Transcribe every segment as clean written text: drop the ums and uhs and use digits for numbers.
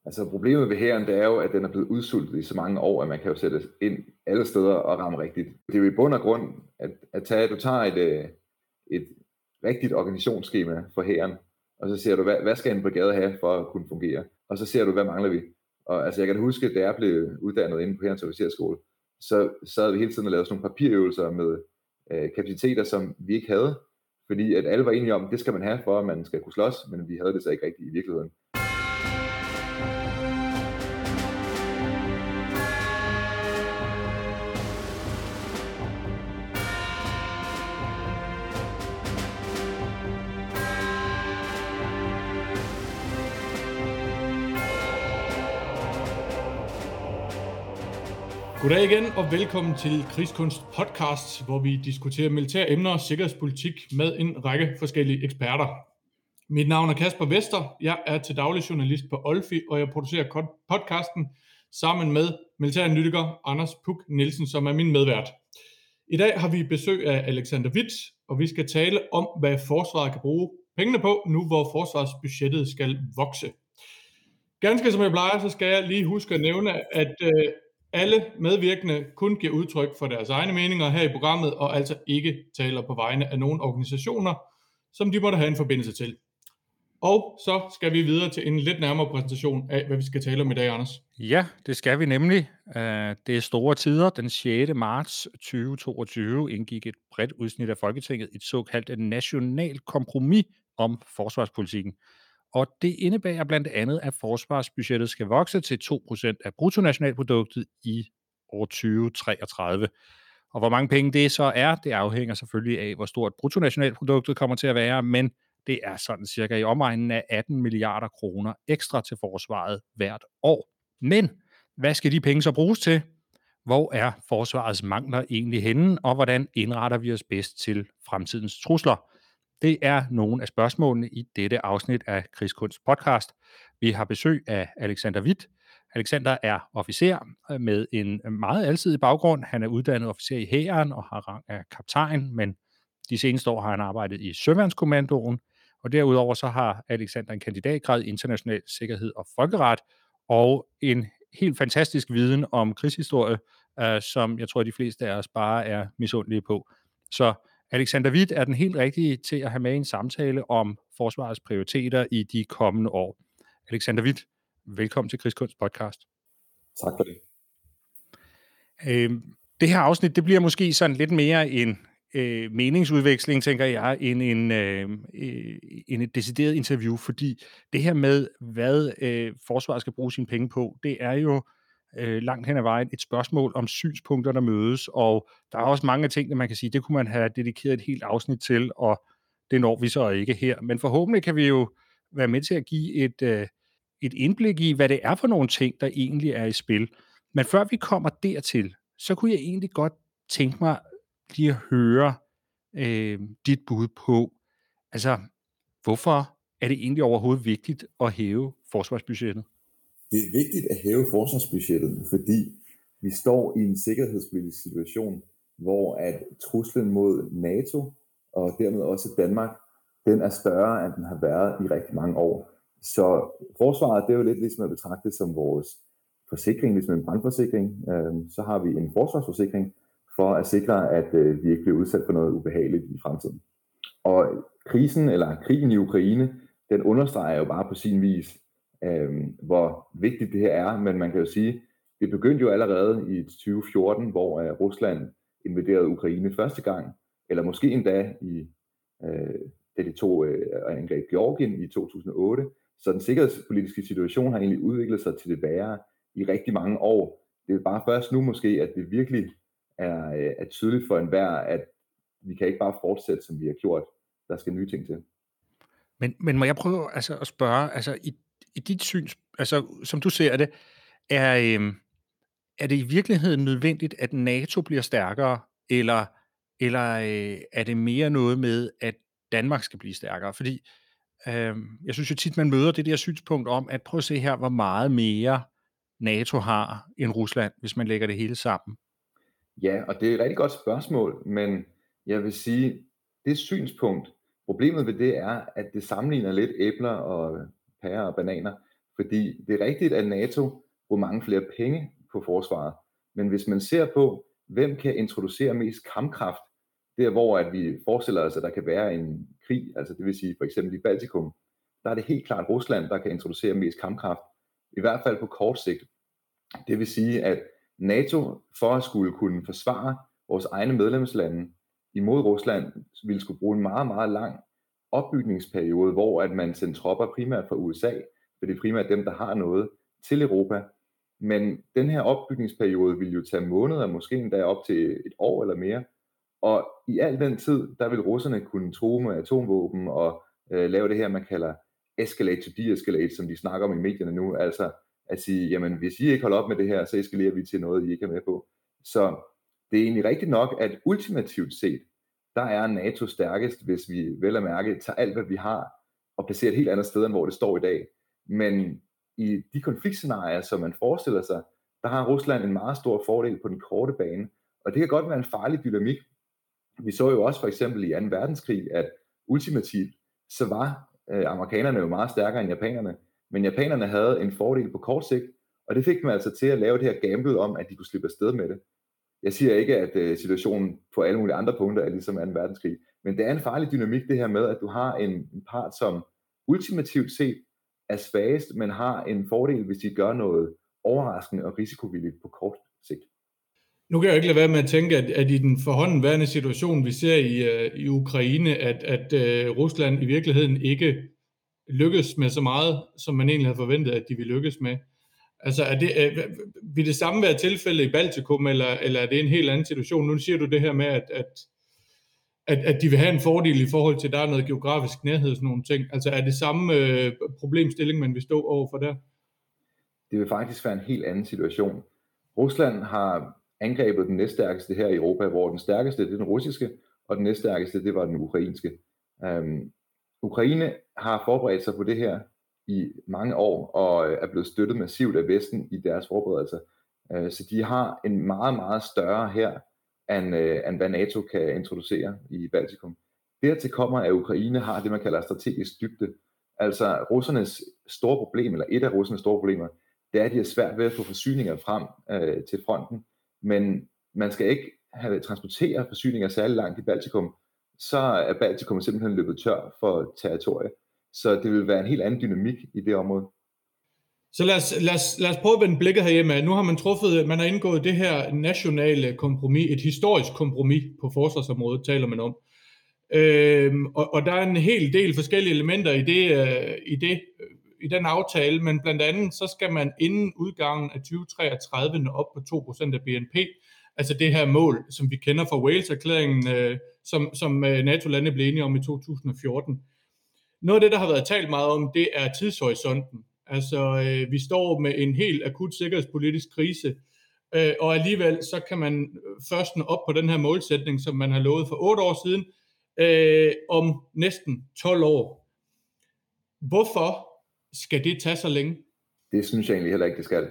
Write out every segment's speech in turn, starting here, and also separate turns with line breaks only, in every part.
Altså problemet ved hæren, det er jo, at den er blevet udsultet i så mange år, at man kan jo sætte ind alle steder og ramme rigtigt. Det er jo i bund og grund, at du tager et rigtigt organisationsskema for hæren, og så ser du, hvad skal en brigade have for at kunne fungere? Og så ser du, hvad mangler vi? Og altså jeg kan huske, da jeg blev uddannet inde på Hærens Officersskole, så sad vi hele tiden og lavede sådan nogle papirøvelser med kapaciteter, som vi ikke havde, fordi at alle var enige om, det skal man have for, at man skal kunne slås, men vi havde det så ikke rigtigt i virkeligheden.
Goddag igen og velkommen til Krigskunst podcast, hvor vi diskuterer militære emner og sikkerhedspolitik med en række forskellige eksperter. Mit navn er Kasper Vester, jeg er til daglig journalist på Olfi, og jeg producerer podcasten sammen med militæranalytiker Anders Puk Nielsen, som er min medvært. I dag har vi besøg af Alexander Witt, og vi skal tale om, hvad forsvaret kan bruge pengene på, nu hvor forsvarsbudgettet skal vokse. Ganske som jeg plejer, så skal jeg lige huske at nævne, at alle medvirkende kun giver udtryk for deres egne meninger her i programmet, og altså ikke taler på vegne af nogle organisationer, som de måtte have en forbindelse til. Og så skal vi videre til en lidt nærmere præsentation af, hvad vi skal tale om i dag, Anders.
Ja, det skal vi nemlig. Det er store tider. Den 6. marts 2022 indgik et bredt udsnit af Folketinget et såkaldt nationalt kompromis om forsvarspolitikken. Og det indebærer blandt andet, at forsvarsbudgettet skal vokse til 2% af bruttonationalproduktet i år 2033. Og hvor mange penge det så er, det afhænger selvfølgelig af, hvor stort bruttonationalproduktet kommer til at være, men det er sådan cirka i omegnen af 18 milliarder kroner ekstra til forsvaret hvert år. Men hvad skal de penge så bruges til? Hvor er forsvarets mangler egentlig henne, og hvordan indretter vi os bedst til fremtidens trusler? Det er nogle af spørgsmålene i dette afsnit af Krigskunst podcast. Vi har besøg af Alexander Witt. Alexander er officer med en meget alsidig baggrund. Han er uddannet officer i hæren og har rang af kaptajn, men de seneste år har han arbejdet i Søværnskommandoen. Og derudover så har Alexander en kandidatgrad i international sikkerhed og folkeret, og en helt fantastisk viden om krigshistorie, som jeg tror, de fleste af os bare er misundelige på. Så Alexander Witt er den helt rigtige til at have med i en samtale om forsvarets prioriteter i de kommende år. Alexander Witt, velkommen til Krigskunst podcast.
Tak for det.
Det her afsnit, det bliver måske sådan lidt mere en meningsudveksling, tænker jeg, end et decideret interview, fordi det her med, hvad forsvaret skal bruge sine penge på, det er jo langt hen ad vejen et spørgsmål om synspunkter, der mødes, og der er også mange ting, man kan sige, det kunne man have dedikeret et helt afsnit til, og det når vi så ikke her. Men forhåbentlig kan vi jo være med til at give et indblik i, hvad det er for nogle ting, der egentlig er i spil. Men før vi kommer dertil, så kunne jeg egentlig godt tænke mig lige at høre dit bud på, altså, hvorfor er det egentlig overhovedet vigtigt at hæve forsvarsbudgettet?
Det er vigtigt at hæve forsvarsbudgettet, fordi vi står i en sikkerhedspolitisk situation, hvor at truslen mod NATO og dermed også Danmark, den er større, end den har været i rigtig mange år. Så forsvaret, det er jo lidt ligesom at betragte som vores forsikring, ligesom en brandforsikring. Så har vi en forsvarsforsikring for at sikre, at vi ikke bliver udsat for noget ubehageligt i fremtiden. Og krigen i Ukraine, den understreger jo bare på sin vis, hvor vigtigt det her er, men man kan jo sige, det begyndte jo allerede i 2014, hvor Rusland invaderede Ukraine første gang, eller måske endda da de tog angreb Georgien i 2008. Så den sikkerhedspolitiske situation har egentlig udviklet sig til det værre i rigtig mange år. Det er bare først nu måske, at det virkelig er tydeligt for enhver, at vi kan ikke bare fortsætte, som vi har gjort. Der skal nye ting til.
Men må jeg prøve altså at spørge, altså i dit syn, altså som du ser det, er det i virkeligheden nødvendigt, at NATO bliver stærkere, eller er det mere noget med, at Danmark skal blive stærkere? Fordi jeg synes jo tit, man møder det der synspunkt om, at prøv at se her, hvor meget mere NATO har end Rusland, hvis man lægger det hele sammen.
Ja, og det er et rigtig godt spørgsmål, men jeg vil sige, det synspunkt, problemet ved det er, at det sammenligner lidt æbler og pærer og bananer, Fordi det er rigtigt, at NATO bruger mange flere penge på forsvaret. Men hvis man ser på, hvem kan introducere mest kampkraft, der hvor at vi forestiller os, at der kan være en krig, altså det vil sige for eksempel i Baltikum, der er det helt klart Rusland, der kan introducere mest kampkraft, i hvert fald på kort sigt. Det vil sige, at NATO for at skulle kunne forsvare vores egne medlemslande imod Rusland, ville skulle bruge en meget, meget lang opbygningsperiode, hvor at man sendte tropper primært fra USA, for det er primært dem, der har noget, til Europa. Men den her opbygningsperiode vil jo tage måneder, måske endda op til et år eller mere. Og i al den tid, der vil russerne kunne true med atomvåben og lave det her, man kalder escalate to de-escalate, som de snakker om i medierne nu. Altså at sige, jamen hvis I ikke holder op med det her, så eskalerer vi til noget, I ikke er med på. Så det er egentlig rigtigt nok, at ultimativt set, der er NATO stærkest, hvis vi vel at mærke tager alt, hvad vi har, og placerer et helt andet sted, end hvor det står i dag. Men i de konfliktscenarier, som man forestiller sig, der har Rusland en meget stor fordel på den korte bane. Og det kan godt være en farlig dynamik. Vi så jo også for eksempel i 2. verdenskrig, at ultimativt, så var amerikanerne jo meget stærkere end japanerne. Men japanerne havde en fordel på kort sigt, og det fik dem altså til at lave det her gamble om, at de kunne slippe afsted med det. Jeg siger ikke, at situationen på alle mulige andre punkter er ligesom 2. verdenskrig, men det er en farlig dynamik det her med, at du har en part, som ultimativt set er svagest, men har en fordel, hvis de gør noget overraskende og risikovilligt på kort sigt.
Nu kan jeg ikke lade være med at tænke, at i den forhåndenværende situation, vi ser i Ukraine, at Rusland i virkeligheden ikke lykkes med så meget, som man egentlig havde forventet, at de ville lykkes med. Altså, vil det samme være tilfældet i Baltikum, eller er det en helt anden situation? Nu siger du det her med, at de vil have en fordel i forhold til, at der er noget geografisk nærhed og sådan nogle ting. Altså, er det samme problemstilling, man vil stå overfor der?
Det vil faktisk være en helt anden situation. Rusland har angrebet den næststærkeste her i Europa, hvor den stærkeste, det er den russiske, og den næststærkeste, det var den ukrainske. Ukraine har forberedt sig på det her i mange år, og er blevet støttet massivt af Vesten i deres forberedelser. Så de har en meget, meget større her, end hvad NATO kan introducere i Baltikum. Dertil kommer, at Ukraine har det, man kalder strategisk dybde. Altså russernes store problem, eller et af russernes store problemer, det er, at de har svært ved at få forsyninger frem til fronten, men man skal ikke have transportere forsyninger særlig langt i Baltikum, så er Baltikum simpelthen løbet tør for territorie. Så det vil være en helt anden dynamik i det område.
Så lad os prøve at vende blikket herhjemme. Nu har man har indgået det her nationale kompromis, et historisk kompromis på forsvarsområdet, taler man om. Og der er en hel del forskellige elementer i den aftale, men blandt andet så skal man inden udgangen af 2033 nå op på 2% af BNP, altså det her mål, som vi kender fra Wales-erklæringen, som NATO-landene blev enige om i 2014. Noget af det, der har været talt meget om, det er tidshorisonten. Altså, vi står med en helt akut sikkerhedspolitisk krise, og alligevel så kan man først nå op på den her målsætning, som man har lovet for 8 år siden, om næsten 12 år. Hvorfor skal det tage så længe?
Det synes jeg egentlig heller ikke, det skal.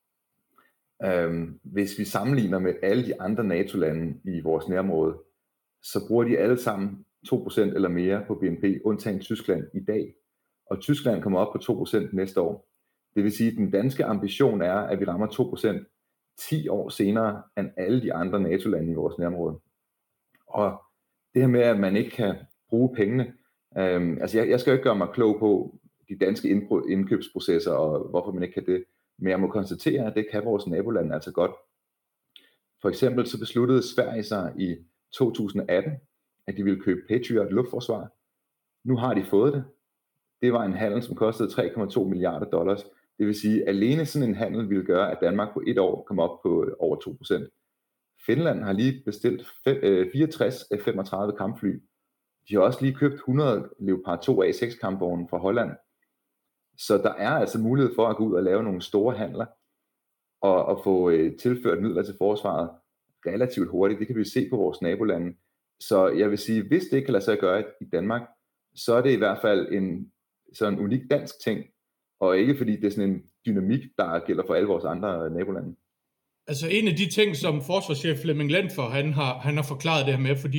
Hvis vi sammenligner med alle de andre NATO-lande i vores nærområde, så bruger de alle sammen 2% eller mere på BNP, undtagen Tyskland i dag. Og Tyskland kommer op på 2% næste år. Det vil sige, at den danske ambition er, at vi rammer 2% 10 år senere end alle de andre NATO-lande i vores nærområde. Og det her med, at man ikke kan bruge pengene, altså jeg skal jo ikke gøre mig klog på de danske indkøbsprocesser og hvorfor man ikke kan det, men jeg må konstatere, at det kan vores nabolande altså godt. For eksempel så besluttede Sverige sig i 2018, at de ville købe Patriot luftforsvar. Nu har de fået det. Det var en handel, som kostede 3,2 milliarder dollars. Det vil sige, at alene sådan en handel ville gøre, at Danmark på 1 år kom op på over 2%. Finland har lige bestilt 64 F-35 kampfly. De har også lige købt 100 Leopard 2 A6 kampvogne fra Holland. Så der er altså mulighed for at gå ud og lave nogle store handler og få tilført midler til forsvaret relativt hurtigt. Det kan vi se på vores nabolande. Så jeg vil sige, hvis det ikke kan lade sig gøre i Danmark, så er det i hvert fald en sådan unik dansk ting, og ikke fordi det er sådan en dynamik, der gælder for alle vores andre nabolande.
Altså en af de ting, som forsvarschef Flemming Lentfer, han har forklaret det her med, fordi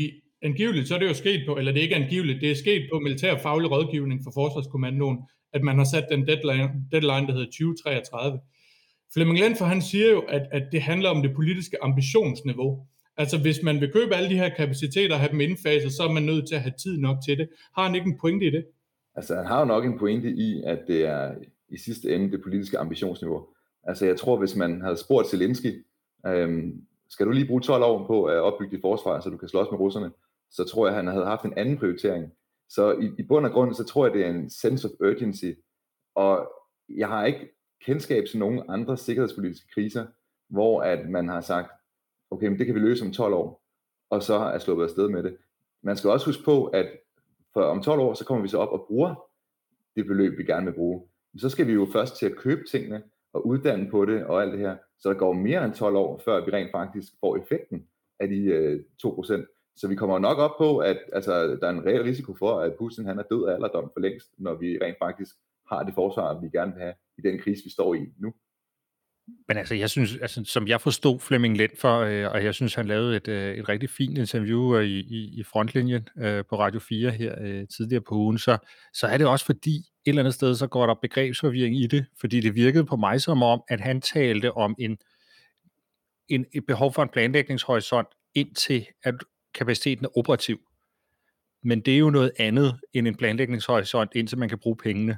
angiveligt, så er det jo sket på, eller det er ikke angiveligt, det er sket på militærfaglig rådgivning for Forsvarskommandoen, at man har sat den deadline, der hedder 2033. Flemming Lenfer, han siger jo, at det handler om det politiske ambitionsniveau. Altså hvis man vil købe alle de her kapaciteter og have dem indfaset, så er man nødt til at have tid nok til det. Har han ikke en pointe i det?
Altså han har jo nok en pointe i, at det er i sidste ende det politiske ambitionsniveau. Altså jeg tror, hvis man havde spurgt Zelensky, skal du lige bruge 12 år på at opbygge dit forsvar, så du kan slås med russerne, så tror jeg, han havde haft en anden prioritering. Så i bund og grund, så tror jeg, det er en sense of urgency, og jeg har ikke kendskab til nogen andre sikkerhedspolitiske kriser, hvor at man har sagt, okay, men det kan vi løse om 12 år, og så er sluppet afsted med det. Man skal også huske på, at for om 12 år, så kommer vi så op og bruger det beløb, vi gerne vil bruge. Men så skal vi jo først til at købe tingene, og uddanne på det, og alt det her. Så der går mere end 12 år, før vi rent faktisk får effekten af de 2%. Så vi kommer nok op på, at altså, der er en reel risiko for, at Putin han er død af alderdom for længst, når vi rent faktisk har det forsvar, vi gerne vil have i den krise, vi står i nu.
Men altså, jeg synes, altså, som jeg forstod Flemming Lenfer, og jeg synes, han lavede et rigtig fint interview i Frontlinjen på Radio 4 her tidligere på ugen, så er det også fordi, et eller andet sted, så går der begrebsforvirring i det, fordi det virkede på mig som om, at han talte om et behov for en planlægningshorisont, indtil at kapaciteten er operativ. Men det er jo noget andet end en planlægningshorisont, indtil man kan bruge pengene.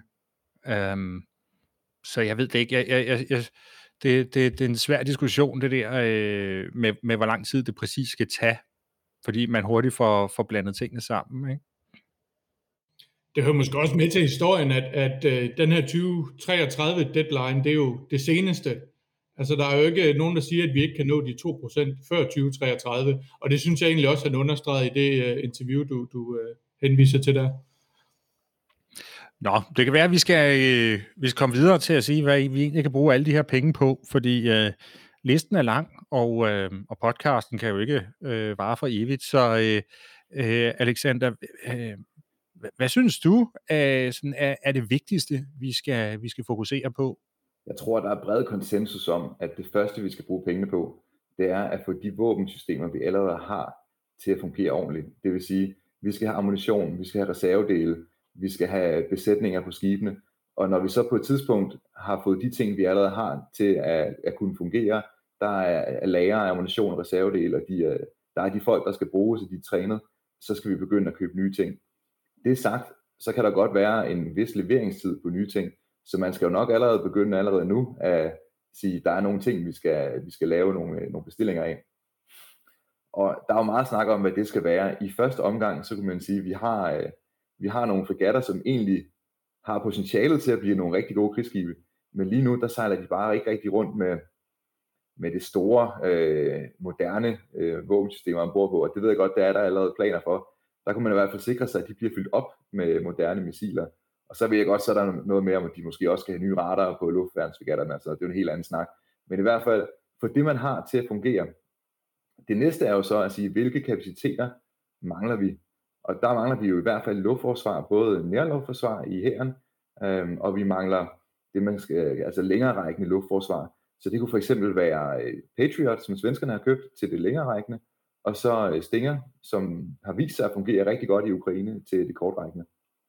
Så jeg ved det ikke. Det er en svær diskussion, det der med hvor lang tid det præcis skal tage, fordi man hurtigt får blandet tingene sammen, ikke?
Det hører måske også med til historien, at den her 2033 deadline, det er jo det seneste. Altså der er jo ikke nogen, der siger, at vi ikke kan nå de 2% før 2033, og det synes jeg egentlig også, han understreget i det interview, du henviser til der.
Nå, det kan være, at vi skal komme videre til at sige, hvad vi egentlig kan bruge alle de her penge på, fordi listen er lang, og podcasten kan jo ikke vare for evigt. Så Alexander, hvad synes du er det vigtigste, vi skal fokusere på?
Jeg tror, der er bred konsensus om, at det første, vi skal bruge pengene på, det er at få de våbensystemer, vi allerede har, til at fungere ordentligt. Det vil sige, vi skal have ammunition, vi skal have reservedele, vi skal have besætninger på skibene, og når vi så på et tidspunkt har fået de ting, vi allerede har til at kunne fungere, der er lager af ammunition og reservedele, og der er de folk, der skal bruges, og de er trænet, så skal vi begynde at købe nye ting. Det sagt, så kan der godt være en vis leveringstid på nye ting, så man skal jo nok allerede nu at sige, der er nogle ting, vi skal lave nogle bestillinger af. Og der er jo meget snak om, hvad det skal være. I første omgang, så kan man sige, at vi har nogle fregatter, som egentlig har potentialet til at blive nogle rigtig gode krigsskibe, men lige nu, der sejler de bare ikke rigtig rundt med det store, moderne våbensystemer ombord på, og det ved jeg godt, der allerede planer for. Der kunne man i hvert fald sikre sig, at de bliver fyldt op med moderne missiler. Og så ved jeg godt, så er der noget mere om, at de måske også skal have nye radarer på luftværnsfregatterne, altså det er jo en helt anden snak. Men i hvert fald, for det man har til at fungere, det næste er jo så at sige, hvilke kapaciteter mangler vi? Og der mangler vi jo i hvert fald luftforsvar, både nærluftforsvar i hæren, og vi mangler det, man skal, altså længererækkende luftforsvar. Så det kunne for eksempel være Patriot, som svenskerne har købt til det længererækkende, og så Stinger, som har vist sig at fungere rigtig godt i Ukraine til det kortrækkende.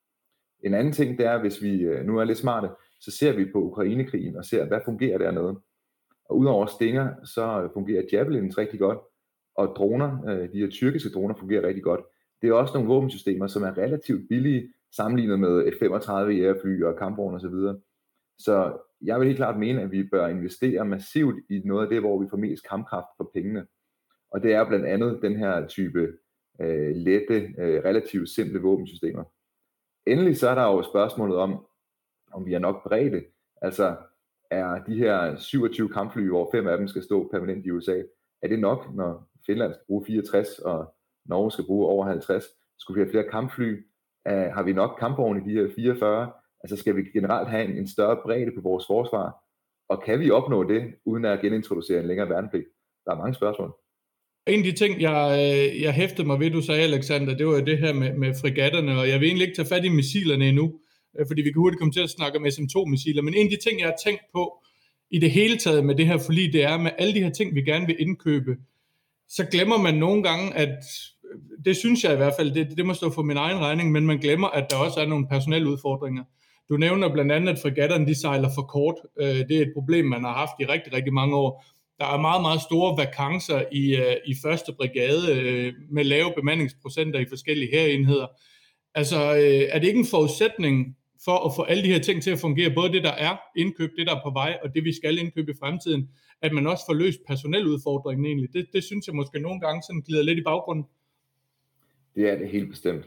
En anden ting, det er, hvis vi nu er lidt smarte, så ser vi på Ukrainekrigen og ser, hvad fungerer dernede. Og udover Stinger, så fungerer Javelins rigtig godt, og droner, de her tyrkiske droner, fungerer rigtig godt. Det er også nogle våbensystemer, som er relativt billige, sammenlignet med F-35 jægerfly og kampvogne osv. Så jeg vil helt klart mene, at vi bør investere massivt i noget af det, hvor vi får mest kampkraft for pengene. Og det er blandt andet den her type lette, relativt simple våbensystemer. Endelig så er der jo spørgsmålet om vi er nok bredde. Altså er de her 27 kampfly, hvor 5 af dem skal stå permanent i USA, er det nok, når Finland skal bruge 64, og Norge skal bruge over 50? Skulle vi have flere kampfly? Har vi nok kampvogne i de her 44? Altså skal vi generelt have en større bredde på vores forsvar? Og kan vi opnå det, uden at genintroducere en længere værnepligt? Der er mange spørgsmål.
En af de ting, jeg hæftede mig ved, du sagde, Alexander, det var det her med fregatterne, og jeg vil egentlig ikke tage fat i missilerne endnu, fordi vi kan hurtigt komme til at snakke om SM2-missiler, men en af de ting, jeg har tænkt på i det hele taget med det her forlig, det er med alle de her ting, vi gerne vil indkøbe, så glemmer man nogle gange, at det synes jeg i hvert fald, det må stå for min egen regning, men man glemmer, at der også er nogle personelle udfordringer. Du nævner blandt andet, at fregatterne de sejler for kort. Det er et problem, man har haft i rigtig, rigtig mange år. Der er meget, meget store vakancer i første brigade med lave bemandingsprocenter i forskellige hærenheder. Altså, er det ikke en forudsætning for at få alle de her ting til at fungere, både det, der er indkøbt, det, der er på vej, og det, vi skal indkøbe i fremtiden, at man også får løst personeludfordringen egentlig? Det synes jeg måske nogle gange sådan glider lidt i baggrunden.
Det er det helt bestemt.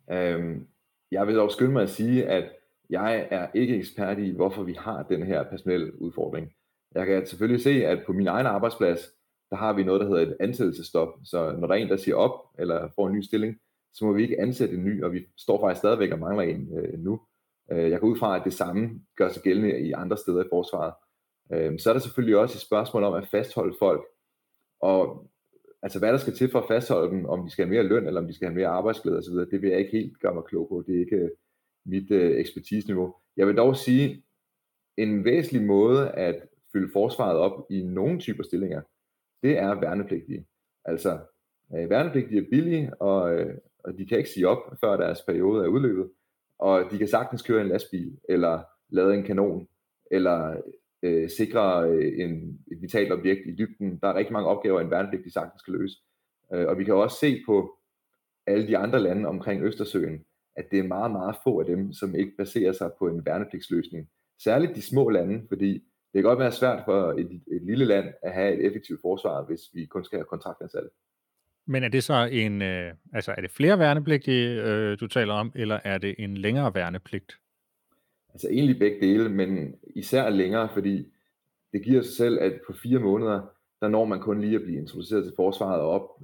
Jeg vil dog skynde mig at sige, at jeg er ikke ekspert i, hvorfor vi har den her personelle udfordring. Jeg kan selvfølgelig se, at på min egen arbejdsplads, der har vi noget, der hedder et ansættelsesstop. Så når der er en, der siger op eller får en ny stilling, så må vi ikke ansætte en ny, og vi står faktisk stadigvæk og mangler en nu. Jeg går ud fra, at det samme gør sig gældende i andre steder i forsvaret. Så er der selvfølgelig også et spørgsmål om at fastholde folk, og altså hvad der skal til for at fastholde dem, om de skal have mere løn, eller om de skal have mere arbejdsglæde osv., det vil jeg ikke helt gøre mig klog på. Det er ikke mit ekspertiseniveau. Jeg vil dog sige, en væsentlig måde at fylde forsvaret op i nogle typer stillinger, det er værnepligtige. Altså, værnepligtige er billige, og de kan ikke sige op, før deres periode er udløbet, og de kan sagtens køre en lastbil, eller lade en kanon, eller sikre et vitalt objekt i dybden. Der er rigtig mange opgaver, en værnepligtig sagtens skal løse. Og vi kan også se på alle de andre lande omkring Østersøen, at det er meget, meget få af dem, som ikke baserer sig på en værnepligtsløsning. Særligt de små lande, fordi det kan godt være svært for et lille land at have et effektivt forsvar, hvis vi kun skal have kontraktansatte.
Men er det så altså er det flere værnepligtige, du taler om, eller er det en længere værnepligt?
Altså egentlig begge dele, men især længere, fordi det giver sig selv, at på 4 måneder, der når man kun lige at blive introduceret til forsvaret og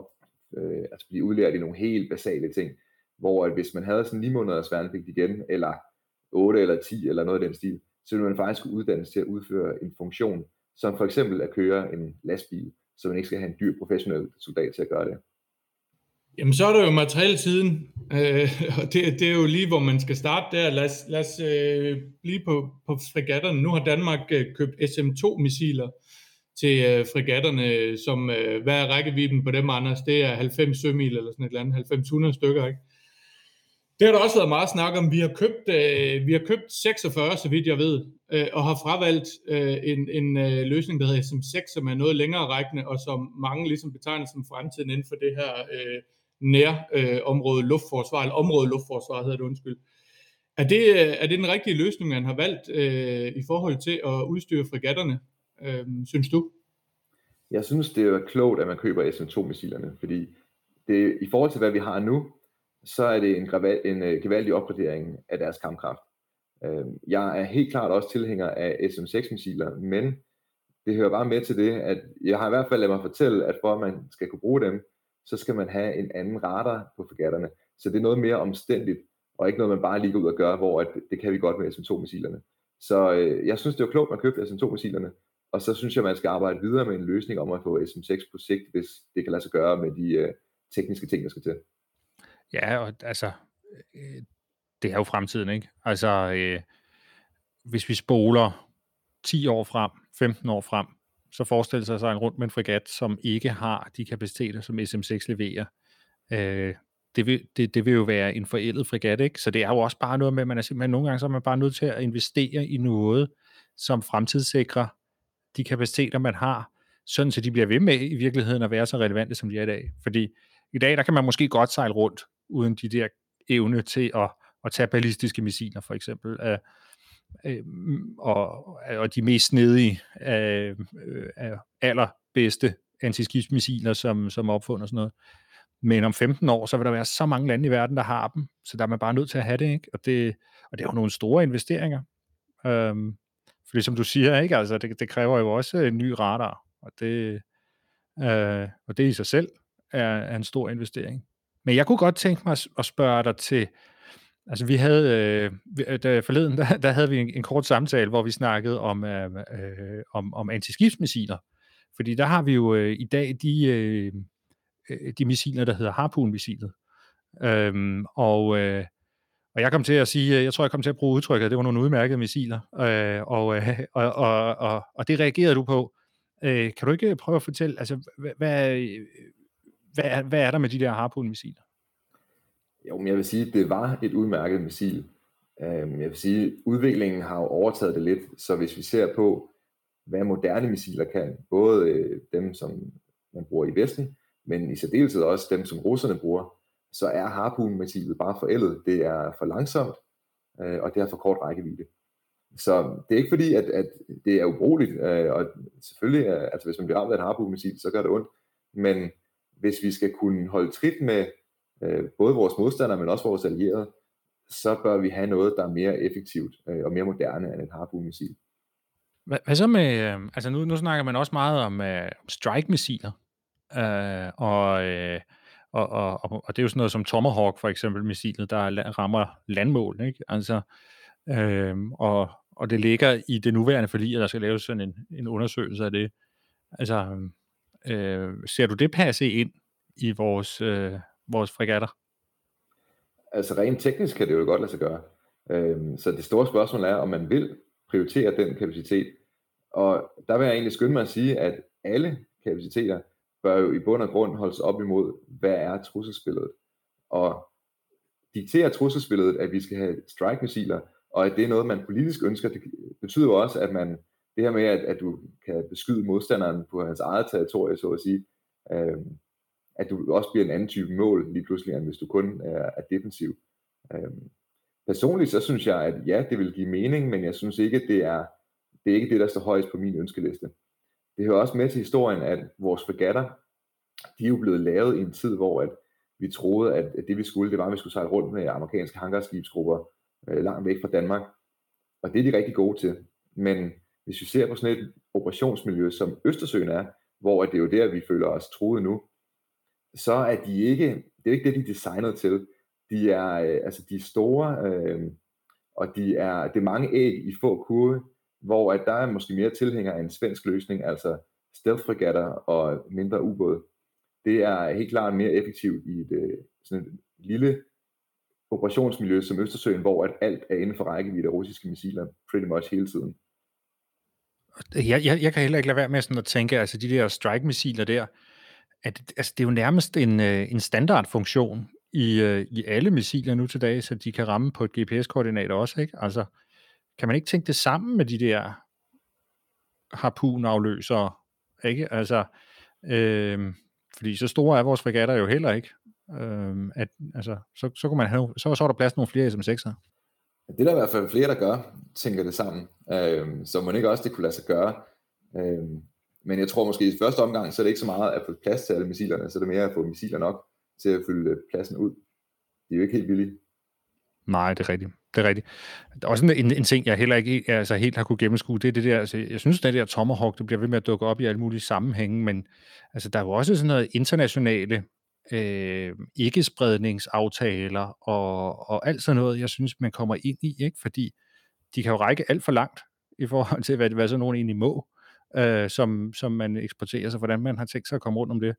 altså blive udlært i nogle helt basale ting, hvor at hvis man havde sådan 9 måneders værnepligt igen, eller 8 eller 10 eller noget af den stil, så ville man faktisk uddannes til at udføre en funktion, som for eksempel at køre en lastbil, så man ikke skal have en dyr professionel soldat til at gøre det.
Jamen så er der jo materielsiden, og det er jo lige hvor man skal starte der. Lad os blive på fregatterne. Nu har Danmark købt SM-2-missiler til fregatterne, som hvad er rækkevidden på dem, Anders? Det er 90 sømil eller sådan et eller andet, 90-100 stykker, ikke? Det har der også været meget snak om. Vi har købt 46, så vidt jeg ved, og har fravalgt en løsning, der hedder SM6, som er noget længere rækkende, og som mange ligesom betegner som fremtiden inden for det her nærområde luftforsvar, eller område luftforsvar hedder det, undskyld. Er det den rigtige løsning, man har valgt i forhold til at udstyre fregatterne, synes du?
Jeg synes, det er klogt, at man køber SM2-missilerne, fordi det, i forhold til, hvad vi har nu, så er det en gevaldig opgradering af deres kampkraft. Jeg er helt klart også tilhænger af SM6-missiler, men det hører bare med til det, at jeg har i hvert fald ladet mig fortælle, at for at man skal kunne bruge dem, så skal man have en anden radar på fregatterne. Så det er noget mere omstændigt, og ikke noget, man bare lige går ud og gør, hvor at det kan vi godt med SM2-missilerne. Så jeg synes, det er klogt, at man købte SM2-missilerne, og så synes jeg, man skal arbejde videre med en løsning om at få SM6 på sigt, hvis det kan lade sig gøre med de tekniske ting, der skal til.
Ja, og altså, det er jo fremtiden, ikke? Altså, hvis vi spoler 10 år frem, 15 år frem, så forestiller sig en rundt med en fregat, som ikke har de kapaciteter, som SM6 leverer. Det vil jo være en forældet fregat, ikke? Så det er jo også bare noget med, at man er simpelthen nogle gange så er man bare nødt til at investere i noget, som fremtidssikrer de kapaciteter, man har, sådan så de bliver ved med i virkeligheden at være så relevante, som de er i dag. Fordi i dag, der kan man måske godt sejle rundt, uden de der evne til at tage ballistiske missiler, for eksempel, og de mest snedige, allerbedste antiskibsmissiler, som er opfundet og sådan noget. Men om 15 år, så vil der være så mange lande i verden, der har dem, så der er man bare nødt til at have det, ikke? Og det er jo nogle store investeringer. Fordi som du siger, ikke? Altså, det kræver jo også en ny radar, og det i sig selv er en stor investering. Men jeg kunne godt tænke mig at spørge dig til, altså vi havde, forleden, der havde vi en kort samtale, hvor vi snakkede om antiskibsmissiler, fordi der har vi jo i dag de missiler, der hedder Harpoon-missilet. Og jeg kom til at sige, jeg tror, jeg kom til at bruge udtrykket, at det var nogle udmærkede missiler, og det reagerede du på. Kan du ikke prøve at fortælle, altså, hvad er der med de der Harpoon-missiler?
Jo, men jeg vil sige, at det var et udmærket missil. Jeg vil sige, at udviklingen har jo overtaget det lidt, så hvis vi ser på, hvad moderne missiler kan, både dem, som man bruger i Vesten, men i særdeleshed også dem, som russerne bruger, så er Harpoon-missilet bare forældet. Det er for langsomt, og det har for kort rækkevidde. Så det er ikke fordi, at det er ubrugeligt, og selvfølgelig, altså hvis man bliver ramt af et Harpoon-missil, så gør det ondt, men hvis vi skal kunne holde trit med både vores modstandere, men også vores allierede, så bør vi have noget, der er mere effektivt og mere moderne end et Harpoon-missil.
Hvad så med, altså nu snakker man også meget om strike-missiler, og det er jo sådan noget som Tomahawk for eksempel, missilet, der rammer landmål, ikke? Altså, og det ligger i det nuværende forlig, at der skal laves sådan en undersøgelse af det. Altså, ser du det passe ind i vores fregatter?
Altså rent teknisk kan det jo godt lade sig gøre. Så det store spørgsmål er, om man vil prioritere den kapacitet. Og der vil jeg egentlig skynde mig at sige, at alle kapaciteter bør jo i bund og grund holdes op imod, hvad er trusselsbilledet. Og dikterer trusselsbilledet, at vi skal have strike-missiler, og at det er noget, man politisk ønsker, det betyder jo også, at man, det her med, at du kan beskyde modstanderen på hans eget territorie, så at sige, at du også bliver en anden type mål lige pludselig, end hvis du kun er defensiv. Personligt så synes jeg, at ja, det vil give mening, men jeg synes ikke, at det er ikke det, der står højst på min ønskeliste. Det hører også med til historien, at vores fregatter, de er jo blevet lavet i en tid, hvor at vi troede, at det vi skulle, det var, at vi skulle sejle rundt med amerikanske hangarskibsgrupper langt væk fra Danmark. Og det er de rigtig gode til. Men hvis vi ser på sådan et operationsmiljø, som Østersøen er, hvor det er jo der, vi føler os truet nu, så er de ikke, det er ikke det, de er designet til. De er store, og det er mange æg i få kurve, hvor at der er måske mere tilhænger af en svensk løsning, altså stealth-fregatter og mindre ubåde. Det er helt klart mere effektivt i sådan et lille operationsmiljø som Østersøen, hvor at alt er inden for rækkevidde af russiske missiler pretty much hele tiden.
Jeg kan heller ikke lade være med sådan at tænke, altså de der strike-missiler der, altså det er jo nærmest en standardfunktion i alle missiler nu til dag, så de kan ramme på et GPS-koordinat også, ikke? Altså, kan man ikke tænke det sammen med de der harpunafløsere, ikke? Altså, fordi så store er vores fregatter jo heller ikke. Så kunne man have, så var der plads til nogle flere SM6'er.
Det er der i hvert fald flere, der gør, tænker det sammen. Så må ikke også det kunne lade sig gøre. Men jeg tror måske i første omgang, så er det ikke så meget at få plads til alle missilerne, så er det mere at få missiler nok til at fylde pladsen ud. De er jo ikke helt billige.
Nej, det er rigtigt. Det er rigtigt. Der er også en ting, jeg heller ikke helt har kunne gennemskue, det er det der, altså, jeg synes, det der Tomahawk, det bliver ved med at dukke op i alle mulige sammenhænge, men altså, der er jo også sådan noget internationale ikke-spredningsaftaler og alt sådan noget, jeg synes, man kommer ind i, ikke? Fordi de kan jo række alt for langt i forhold til, hvad sådan nogen egentlig må, som man eksporterer, så hvordan man har tænkt sig at komme rundt om det.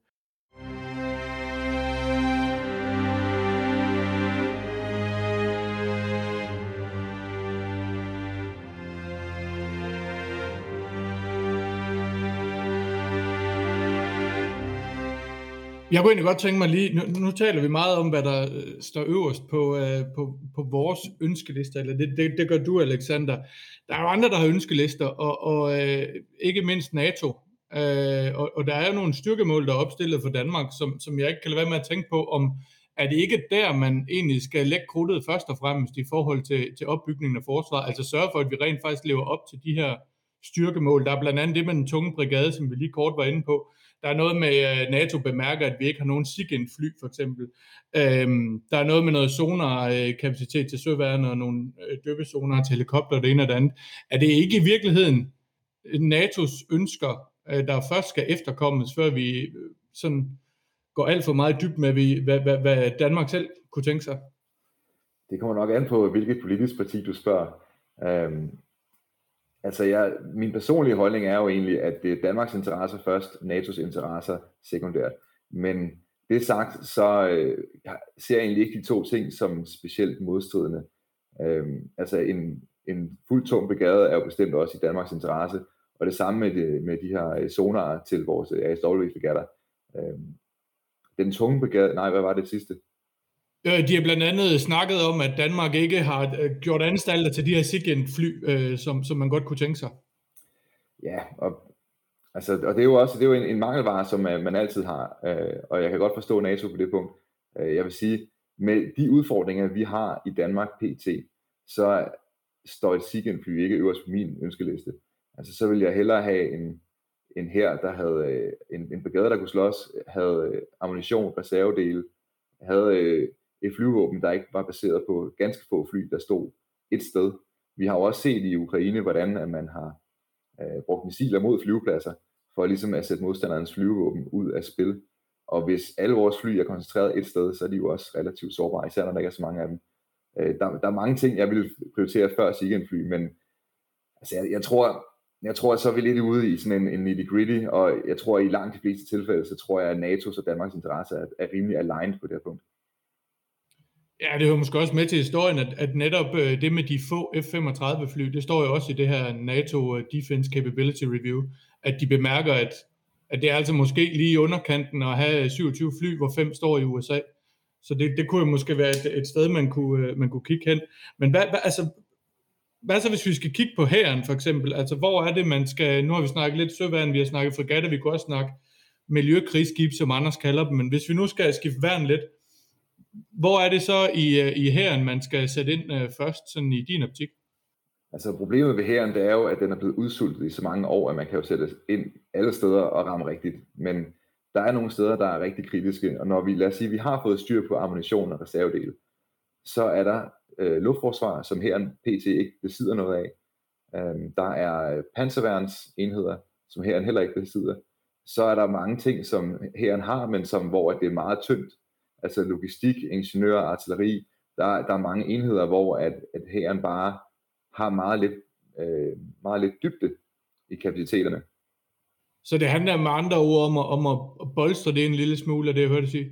Jeg kunne egentlig godt tænke mig lige, nu taler vi meget om, hvad der står øverst på vores ønskeliste, eller det gør du, Alexander. Der er jo andre, der har ønskelister, og ikke mindst NATO. Og der er jo nogle styrkemål, der er opstillet for Danmark, som jeg ikke kan lade være med at tænke på, om er det ikke der, man egentlig skal lægge krudtet først og fremmest i forhold til opbygningen af forsvaret, altså sørge for, at vi rent faktisk lever op til de her styrkemål. Der er blandt andet det med den tunge brigade, som vi lige kort var inde på. Der er noget med, NATO bemærker, at vi ikke har nogen SIGINT-fly, for eksempel. Der er noget med noget sonar-kapacitet til søværnet og nogle dykkesonar til helikopter, det ene og det andet. Er det ikke i virkeligheden NATO's ønsker, der først skal efterkommes, før vi sådan går alt for meget dybt med, hvad Danmark selv kunne tænke sig?
Det kommer nok an på, hvilket politisk parti du spørger. Min personlige holdning er jo egentlig, at det er Danmarks interesser først, NATO's interesser sekundært. Men det sagt, så ser jeg egentlig ikke de to ting som specielt modstridende. En fuld tung brigade er jo bestemt også i Danmarks interesse, og det samme med de her sonarer til vores ASW-fregatter. den tunge brigade, nej, hvad var det sidste?
De har blandt andet snakket om, at Danmark ikke har gjort anstalter til de her SIGINT-fly, som man godt kunne tænke sig.
Ja, og det er jo en mangelvare, som man altid har, og jeg kan godt forstå NATO på det punkt. Jeg vil sige, med de udfordringer, vi har i Danmark pt., så står et SIGINT-fly ikke øverst på min ønskeliste. Altså, så vil jeg hellere have en hær, der havde en brigade, der kunne slås, havde ammunition, reservedele, havde et flyvåben, der ikke var baseret på ganske få fly, der stod et sted. Vi har jo også set i Ukraine, hvordan at man har brugt missiler mod flyvepladser, for ligesom at sætte modstanderens flyvevåben ud af spil. Og hvis alle vores fly er koncentreret et sted, så er de jo også relativt sårbare, især når der ikke er så mange af dem. Der er mange ting, jeg vil prioritere før SIGINT-fly, men altså, jeg tror, så er vi lidt ude i sådan en nitty-gritty, og jeg tror, at i langt de fleste tilfælde, så tror jeg, at NATO's og Danmarks interesse er rimelig aligned på det her punkt.
Ja, det hører måske også med til historien, at netop det med de få F-35 fly, det står jo også i det her NATO Defense Capability Review, at de bemærker, at det er altså måske lige i underkanten at have 27 fly, hvor 5 står i USA. Så det kunne jo måske være et sted, man kunne kigge hen. Men hvad så, hvis vi skal kigge på hæren for eksempel? Altså, hvor er det, man skal... Nu har vi snakket lidt søværn, vi har snakket fregatter, vi kunne også snakke miljøkrigsskib, som Anders kalder dem. Men hvis vi nu skal skifte værn lidt, hvor er det så i hæren, man skal sætte ind først, sådan i din optik?
Altså problemet ved hæren, det er jo, at den er blevet udsultet i så mange år, at man kan jo sætte ind alle steder og ramme rigtigt. Men der er nogle steder, der er rigtig kritiske, og når vi, lad os sige, vi har fået styr på ammunition og reservedele, så er der luftforsvar, som hæren pt. Ikke besidder noget af. Der er panserværnsenheder, som hæren heller ikke besidder. Så er der mange ting, som hæren har, men hvor det er meget tyndt. Altså logistik, ingeniører, artilleri. Der er mange enheder, hvor at hæren bare har meget lidt dybde i kapaciteterne.
Så det handler med andre ord om at bolstre det en lille smule, af det jeg hørte sige?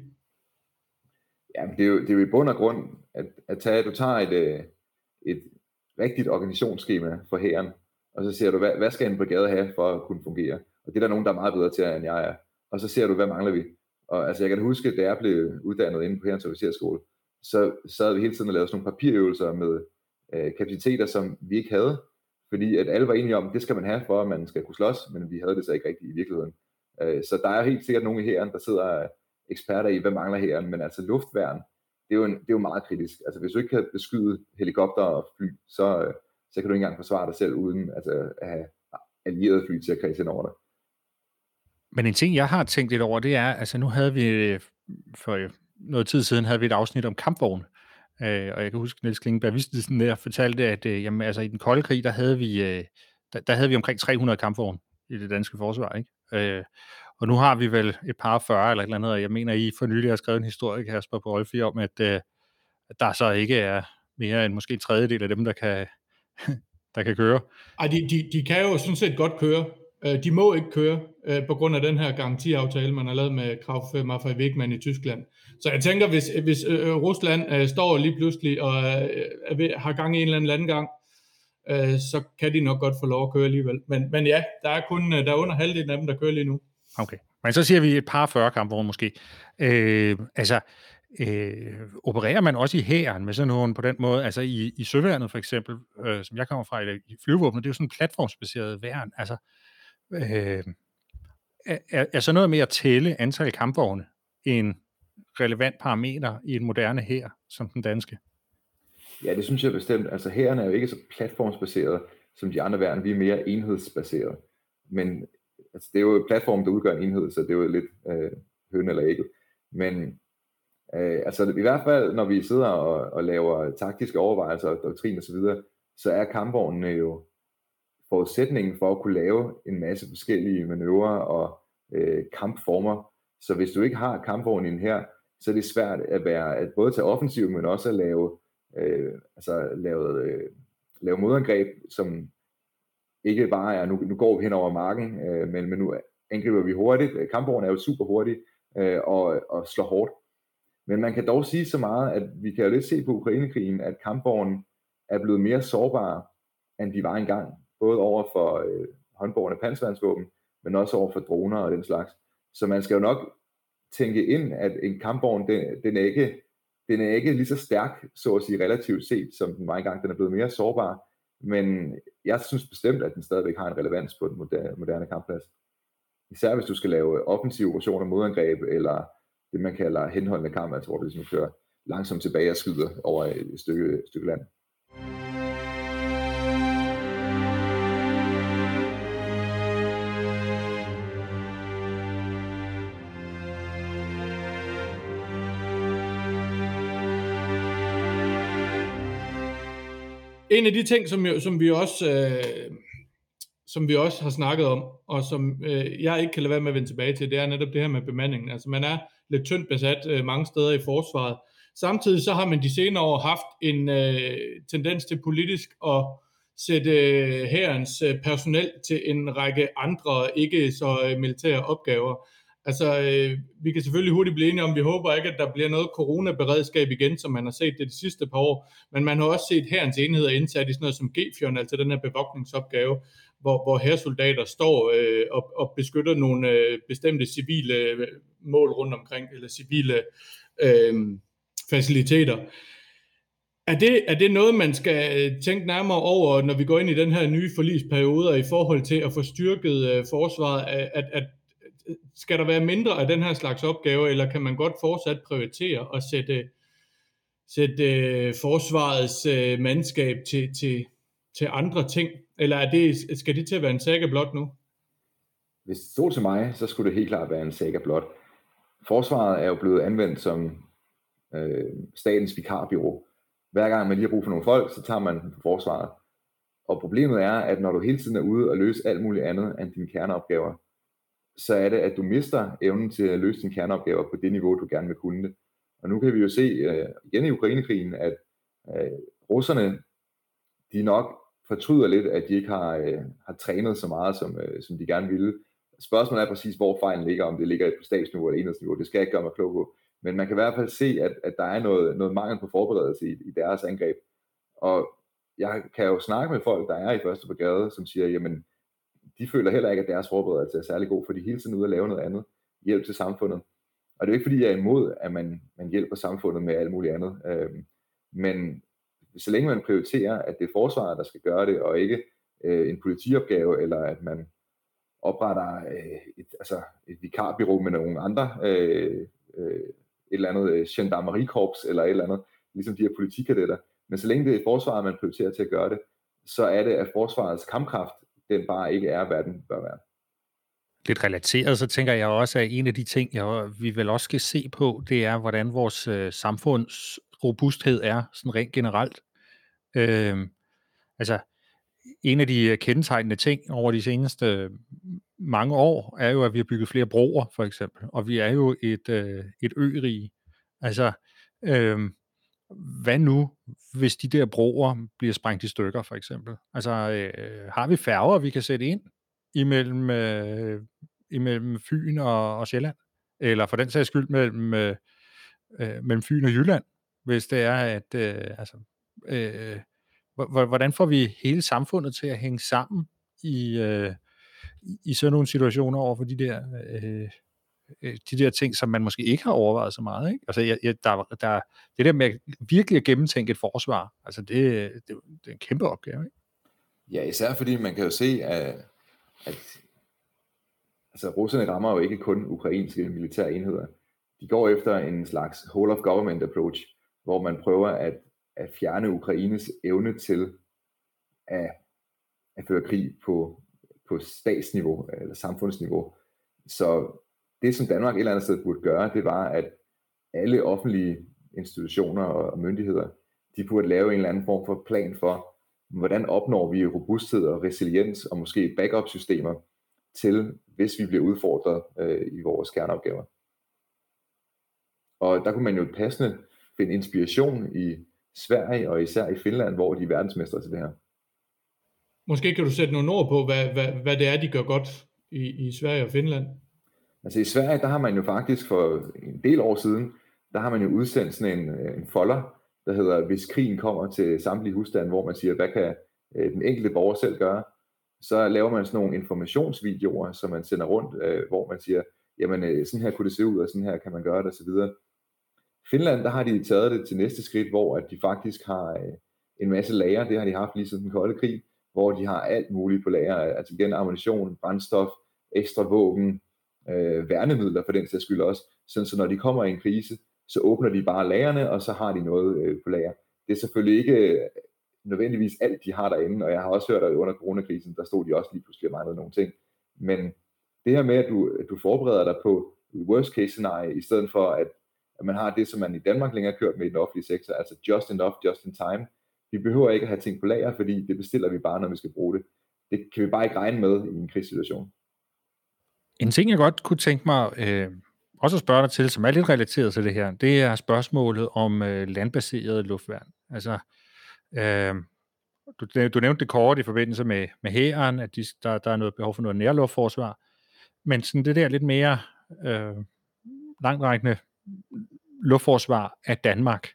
Ja, det er jo i bund og grund, at du tager et rigtigt organisationsskema for hæren, og så ser du, hvad skal en brigade have for at kunne fungere? Og det er der nogen, der er meget bedre til, end jeg er. Og så ser du, hvad mangler vi? Og altså, jeg kan huske, da jeg blev uddannet inde på Hærens Officersskole, så sad vi hele tiden og lavede sådan nogle papirøvelser med kapaciteter, som vi ikke havde, fordi at alle var enige om, det skal man have, for at man skal kunne slås, men vi havde det så ikke rigtigt i virkeligheden. Så der er helt sikkert nogle i hæren, der sidder eksperter i, hvad mangler hæren, men altså luftværn, det er jo meget kritisk. Altså hvis du ikke kan beskyde helikopter og fly, så kan du ikke engang forsvare dig selv uden at have allierede fly til at kredse ind over dig.
Men en ting, jeg har tænkt lidt over, det er, altså nu havde vi for noget tid siden havde vi et afsnit om kampvogne, og jeg kan huske, Niels Klingenberg Vistisen der fortalte, at jamen, altså, i den kolde krig, der havde vi omkring 300 kampvogne i det danske forsvar, ikke? Og nu har vi vel et par 40 eller et eller andet, og jeg mener, I for nylig har skrevet en historie, Kasper, på Olfi om, at der så ikke er mere end måske en tredjedel af dem, der kan køre.
Ej, de kan jo sådan set godt køre. De må ikke køre på grund af den her garantiaftale, man har lavet med Krav Maffei Wegmann i Tyskland. Så jeg tænker, hvis Rusland står lige pludselig og har gang i en eller anden landgang, så kan de nok godt få lov at køre alligevel. Men ja, der er under halvdelen af dem, der kører lige nu.
Okay, men så siger vi et par 40 kampvogne måske. Opererer man også i hæren med sådan nogen på den måde, altså i søværnet for eksempel, som jeg kommer fra i flyvevåbnet, det er jo sådan en platformsbaseret værn. Altså, er så noget med at tælle antal kampvogne en relevant parameter i en moderne hær som den danske?
Ja, det synes jeg bestemt. Altså hæren er jo ikke så platformsbaseret som de andre værn, vi er mere enhedsbaseret. Men altså, det er jo platformen, der udgør en enhed, så det er jo lidt høn eller ægget. Men altså i hvert fald, når vi sidder og laver taktiske overvejelser og doktrin og så videre, så er kampvognene jo forudsætningen for at kunne lave en masse forskellige manøvrer og kampformer. Så hvis du ikke har kampvognen her, så er det svært at både tage offensiv, men også at lave modangreb, som ikke bare er, nu går vi hen over marken, men nu angriber vi hurtigt. Kampvognen er jo super hurtig og slår hårdt. Men man kan dog sige så meget, at vi kan jo lidt se på Ukrainekrigen, at kampvognen er blevet mere sårbare, end de var engang. Både over for håndbårne panserværnsvåben, men også over for droner og den slags. Så man skal jo nok tænke ind, at en kampvogn, den er ikke lige så stærk, så at sige relativt set, som den var engang. Den er blevet mere sårbar, men jeg synes bestemt, at den stadigvæk har en relevans på den moderne kampplads. Især hvis du skal lave offensive operationer, modangreb, eller det man kalder henholdende kamp, altså hvor du ligesom kører langsomt tilbage og skyder over et stykke land.
En af de ting, som vi også har snakket om, og som jeg ikke kan lade være med at vende tilbage til, det er netop det her med bemandingen. Altså man er lidt tyndt besat mange steder i forsvaret. Samtidig så har man de senere år haft en tendens til politisk at sætte hærens personel til en række andre, ikke så militære opgaver. Altså, vi kan selvfølgelig hurtigt blive enige om, vi håber ikke, at der bliver noget coronaberedskab igen, som man har set det de sidste par år, men man har også set hærens enheder indsat i sådan noget som G-fjorden, altså den her bevogtningsopgave, hvor hærsoldater står og beskytter nogle bestemte civile mål rundt omkring, eller civile faciliteter. Er det noget, man skal tænke nærmere over, når vi går ind i den her nye forligsperiode, i forhold til at få styrket forsvaret, at skal der være mindre af den her slags opgave, eller kan man godt fortsat prioritere og sætte forsvarets mandskab til andre ting? Eller skal det til at være en saga blot nu?
Hvis det stod til mig, så skulle det helt klart være en saga blot. Forsvaret er jo blevet anvendt som statens vikarbureau. Hver gang man lige har brug for nogle folk, så tager man på forsvaret. Og problemet er, at når du hele tiden er ude og løse alt muligt andet end dine kerneopgaver, så er det, at du mister evnen til at løse dine kerneopgaver på det niveau, du gerne vil kunne det. Og nu kan vi jo se igen i Ukrainekrigen, at russerne, de nok fortryder lidt, at de ikke har trænet så meget, som de gerne ville. Spørgsmålet er præcis, hvor fejlen ligger, om det ligger på stabsniveau eller enhedsniveau. Det skal jeg ikke gøre mig klog på. Men man kan i hvert fald se, at der er noget mangel på forberedelse i deres angreb. Og jeg kan jo snakke med folk, der er i første brigade, som siger, jamen, de føler heller ikke, at deres forberedelse er særlig god, for de er hele tiden ude at lave noget andet. Hjælp til samfundet. Og det er jo ikke, fordi jeg er imod, at man hjælper samfundet med alt muligt andet. Men så længe man prioriterer, at det er forsvaret, der skal gøre det, og ikke en politiopgave, eller at man opretter et vikarbureau med nogle andre, et eller andet gendarmeriekorps, eller et eller andet, ligesom de her politikadetter. Men så længe det er forsvaret, man prioriterer til at gøre det, så er det, at forsvarets kampkraft, den bare ikke er, hvad den bør være.
Lidt relateret, så tænker jeg også, at en af de ting, vi vel også skal se på, det er, hvordan vores samfunds robusthed er, sådan rent generelt. Altså, en af de kendetegnende ting over de seneste mange år, er jo, at vi har bygget flere broer, for eksempel. Og vi er jo et ørige. Altså, hvad nu, hvis de der broer bliver sprængt i stykker, for eksempel? Altså, har vi færger, vi kan sætte ind imellem Fyn og Sjælland? Eller for den sags skyld mellem Fyn og Jylland, hvis det er, at hvordan får vi hele samfundet til at hænge sammen i sådan nogle situationer over for de der ting, som man måske ikke har overvejet så meget, ikke? Altså, det der med virkelig at gennemtænke et forsvar, altså det er en kæmpe opgave, ikke?
Ja, især fordi man kan jo se, at altså, russerne rammer jo ikke kun ukrainske militære enheder. De går efter en slags whole of government approach, hvor man prøver at fjerne Ukraines evne til at føre krig på statsniveau eller samfundsniveau. Så det, som Danmark et eller andet sted burde gøre, det var, at alle offentlige institutioner og myndigheder, de burde lave en eller anden form for plan for, hvordan opnår vi robusthed og resiliens og måske backup-systemer til, hvis vi bliver udfordret i vores kerneopgaver. Og der kunne man jo passende finde inspiration i Sverige og især i Finland, hvor de er verdensmestre til det her.
Måske kan du sætte nogle ord på, hvad det er, de gør godt i Sverige og Finland?
Altså i Sverige, der har man jo faktisk for en del år siden, der har man jo udsendt sådan en folder, der hedder, hvis krigen kommer til samtlige husstande, hvor man siger, hvad kan den enkelte borger selv gøre? Så laver man sådan nogle informationsvideoer, som man sender rundt, hvor man siger, jamen sådan her kunne det se ud, og sådan her kan man gøre det osv. Finland, der har de taget det til næste skridt, hvor at de faktisk har en masse lager. Det har de haft lige siden den kolde krig, hvor de har alt muligt på lager, altså igen ammunition, brændstof, ekstra våben, værnemidler for den sags skyld også, sådan så når de kommer i en krise, så åbner de bare lagerne, og så har de noget på lager. Det er selvfølgelig ikke nødvendigvis alt, de har derinde, og jeg har også hørt, at under coronakrisen, der stod de også lige pludselig og manglede nogle ting. Men det her med, at du forbereder dig på worst case scenario, i stedet for at man har det, som man i Danmark længere har kørt med i den offentlige sektor, altså just enough, just in time. Vi behøver ikke at have ting på lager, fordi det bestiller vi bare, når vi skal bruge det. Det kan vi bare ikke regne med i en krigssituation.
En ting, jeg godt kunne tænke mig også at spørge dig til, som er lidt relateret til det her, det er spørgsmålet om landbaseret luftværn. Altså, du nævnte det kort i forbindelse med hæren, at der er noget behov for noget nærluftforsvar, men sådan det der lidt mere langtrækkende luftforsvar af Danmark.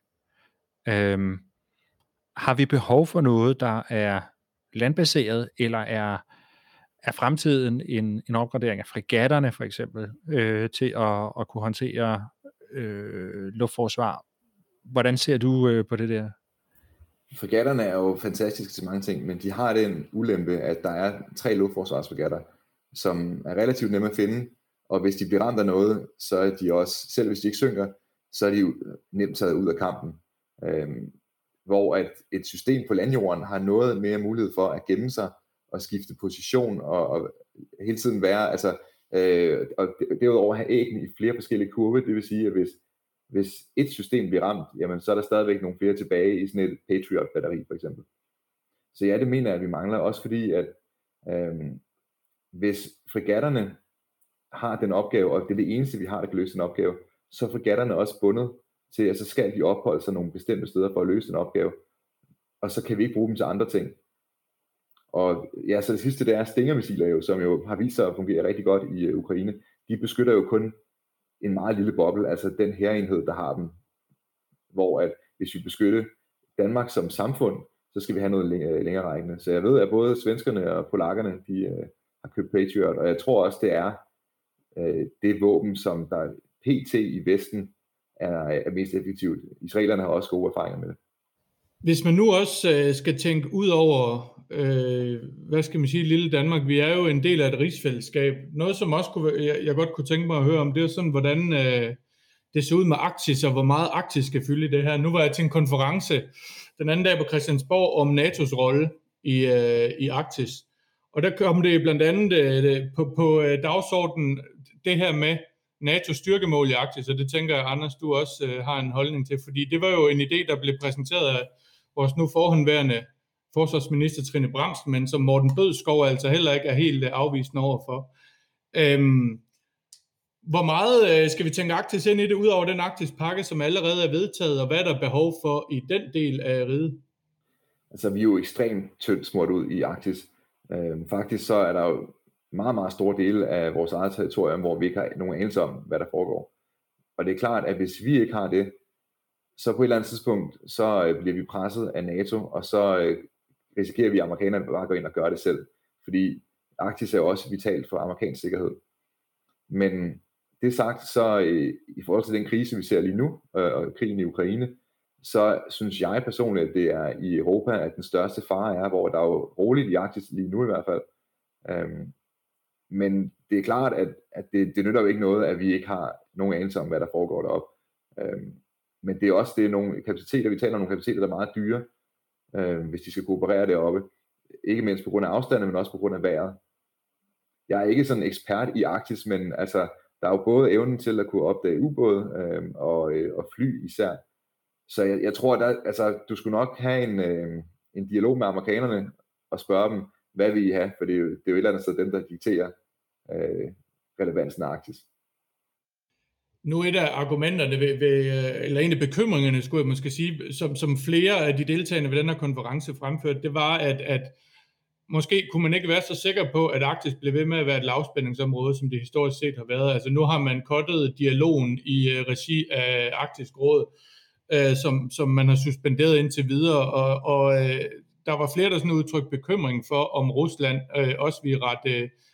Har vi behov for noget, der er landbaseret, eller er fremtiden en opgradering af fregatterne for eksempel, til at kunne håndtere luftforsvar? Hvordan ser du på det der?
Fregatterne er jo fantastiske til mange ting, men de har den ulempe, at der er 3 luftforsvarsfregatter, som er relativt nemme at finde, og hvis de bliver ramt af noget, så er de også, selv hvis de ikke synker, så er de jo nemt taget ud af kampen. Hvor at et system på landjorden har noget mere mulighed for at gemme sig og skifte position og hele tiden være, altså, og derudover have æggene i flere forskellige kurve, det vil sige, at hvis et system bliver ramt, jamen så er der stadigvæk nogle flere tilbage i sådan et Patriot-batteri for eksempel. Så ja, det mener jeg, at vi mangler, også fordi, at hvis fregatterne har den opgave, og det er det eneste, vi har, der kan løse den opgave, så er fregatterne også bundet til, at så skal de opholde sig nogle bestemte steder for at løse den opgave, og så kan vi ikke bruge dem til andre ting. Og ja, så det sidste, det er Stinger-missiler jo, som jo har vist sig at fungere rigtig godt i Ukraine. De beskytter jo kun en meget lille boble, altså den hærenhed, der har dem. Hvor at hvis vi beskytter Danmark som samfund, så skal vi have noget længere rækkende. Så jeg ved, at både svenskerne og polakkerne, de har købt Patriot, og jeg tror også, det er det våben, som der pt. I Vesten er mest effektivt. Israelerne har også gode erfaringer med det.
Hvis man nu også skal tænke ud over, hvad skal man sige, lille Danmark, vi er jo en del af et rigsfællesskab. Noget, som også jeg godt kunne tænke mig at høre om, det er sådan, hvordan det ser ud med Arktis, og hvor meget Arktis skal fylde i det her. Nu var jeg til en konference den anden dag på Christiansborg om NATO's rolle i Arktis. Og der kom det blandt andet på dagsordenen det her med NATO's styrkemål i Arktis, og det tænker jeg, Anders, du også har en holdning til, fordi det var jo en idé, der blev præsenteret af vores nu forhåndværende forsvarsminister Trine Bramsen, men som Morten Bødskov altså heller ikke er helt afvisende overfor. Hvor meget skal vi tænke Arktis ind i det, ud over den Arktis-pakke, som allerede er vedtaget, og hvad der er behov for i den del af riget?
Altså, vi er jo ekstremt tyndt smurt ud i Arktis. Faktisk så er der jo meget, meget store dele af vores eget territorium, hvor vi ikke har nogen anelse om, hvad der foregår. Og det er klart, at hvis vi ikke har det, så på et eller andet tidspunkt, så bliver vi presset af NATO, og så risikerer vi, at amerikanerne bare går ind og gør det selv. Fordi Arktis er jo også vitalt for amerikansk sikkerhed. Men det sagt, så i forhold til den krise, vi ser lige nu, og krigen i Ukraine, så synes jeg personligt, at det er i Europa, at den største fare er, hvor der er jo roligt i Arktis lige nu i hvert fald. Men det er klart, at det nytter jo ikke noget, at vi ikke har nogen anelse om, hvad der foregår deroppe. Men det er også nogle kapaciteter, vi taler om nogle kapaciteter, der er meget dyre, hvis de skal kunne operere deroppe. Ikke mindst på grund af afstanden, men også på grund af vejret. Jeg er ikke sådan en ekspert i Arktis, men altså, der er jo både evnen til at kunne opdage ubåde og fly især. Så jeg tror, at du skulle nok have en dialog med amerikanerne og spørge dem, hvad vil I have? For det er jo et eller andet sted dem, der dikterer relevansen af Arktis. Nu
et af argumenterne eller en af bekymringerne, skulle jeg måske sige, som flere af de deltagende ved den her konference fremførte, det var, at måske kunne man ikke være så sikker på, at Arktis blev ved med at være et lavspændingsområde, som det historisk set har været. Altså nu har man cuttet dialogen i regi af Arktisk Råd, som man har suspenderet indtil videre, og der var flere, der sådan udtrykte bekymring for, om Rusland også ville rette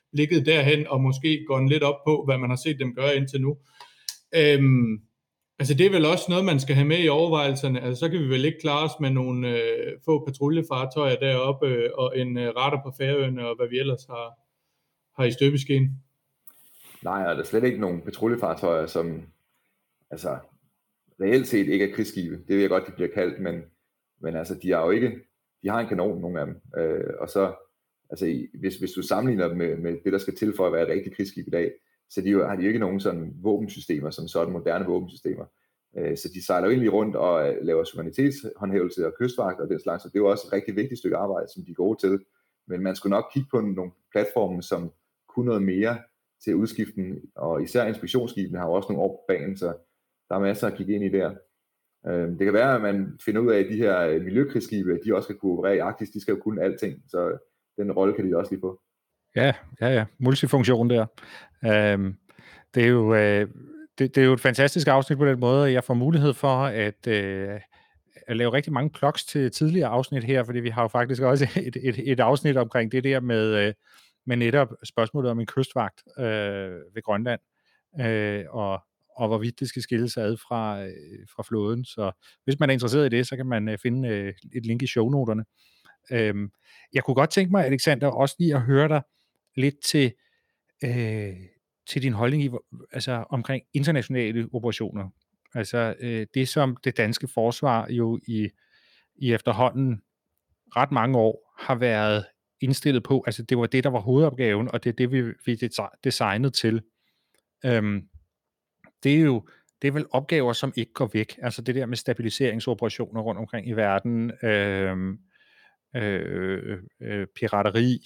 blikket derhen, og måske gå lidt op på, hvad man har set dem gøre indtil nu. Altså det er vel også noget, man skal have med i overvejelserne. Altså så kan vi vel ikke klare os med nogle få patruljefartøjer deroppe, og en radar på Færøerne, og hvad vi ellers har i støbeskeen.
Nej, og der er slet ikke nogen patruljefartøjer, som altså reelt set ikke er krigsskibe. Det ved jeg godt, de bliver kaldt, men altså de har jo ikke, de har en kanon, nogle af dem. Og så, altså hvis du sammenligner dem med det, der skal til for at være et rigtigt krigsskib i dag, så har de jo ikke nogen sådan våbensystemer, som sådan moderne våbensystemer. Så de sejler jo egentlig rundt og laver suverænitetshåndhævelse og kystvagt og den slags, så det er jo også et rigtig vigtigt stykke arbejde, som de er gode til. Men man skulle nok kigge på nogle platforme, som kunne noget mere til udskiften, og især inspektionsskibene har jo også nogle år på banen, så der er masser at kigge ind i der. Det kan være, at man finder ud af, at de her miljøkrigsskibe, de også skal kunne operere i Arktis, de skal jo kunne alting, så den rolle kan de også lige få.
Ja. Multifunktion der. Det er jo et fantastisk afsnit på den måde, at jeg får mulighed for at lave rigtig mange plugs til tidligere afsnit her, fordi vi har jo faktisk også et afsnit omkring det der med netop spørgsmålet om en kystvagt ved Grønland, og hvorvidt det skal skille sig ad fra flåden. Så hvis man er interesseret i det, så kan man finde et link i shownoterne. Jeg kunne godt tænke mig, Alexander, også lige at høre dig lidt til din holdning altså omkring internationale operationer. Altså det, som det danske forsvar jo i efterhånden ret mange år har været indstillet på. Altså det var det, der var hovedopgaven, og det er det, vi designede til. Det er vel opgaver, som ikke går væk. Altså det der med stabiliseringsoperationer rundt omkring i verden, pirateri,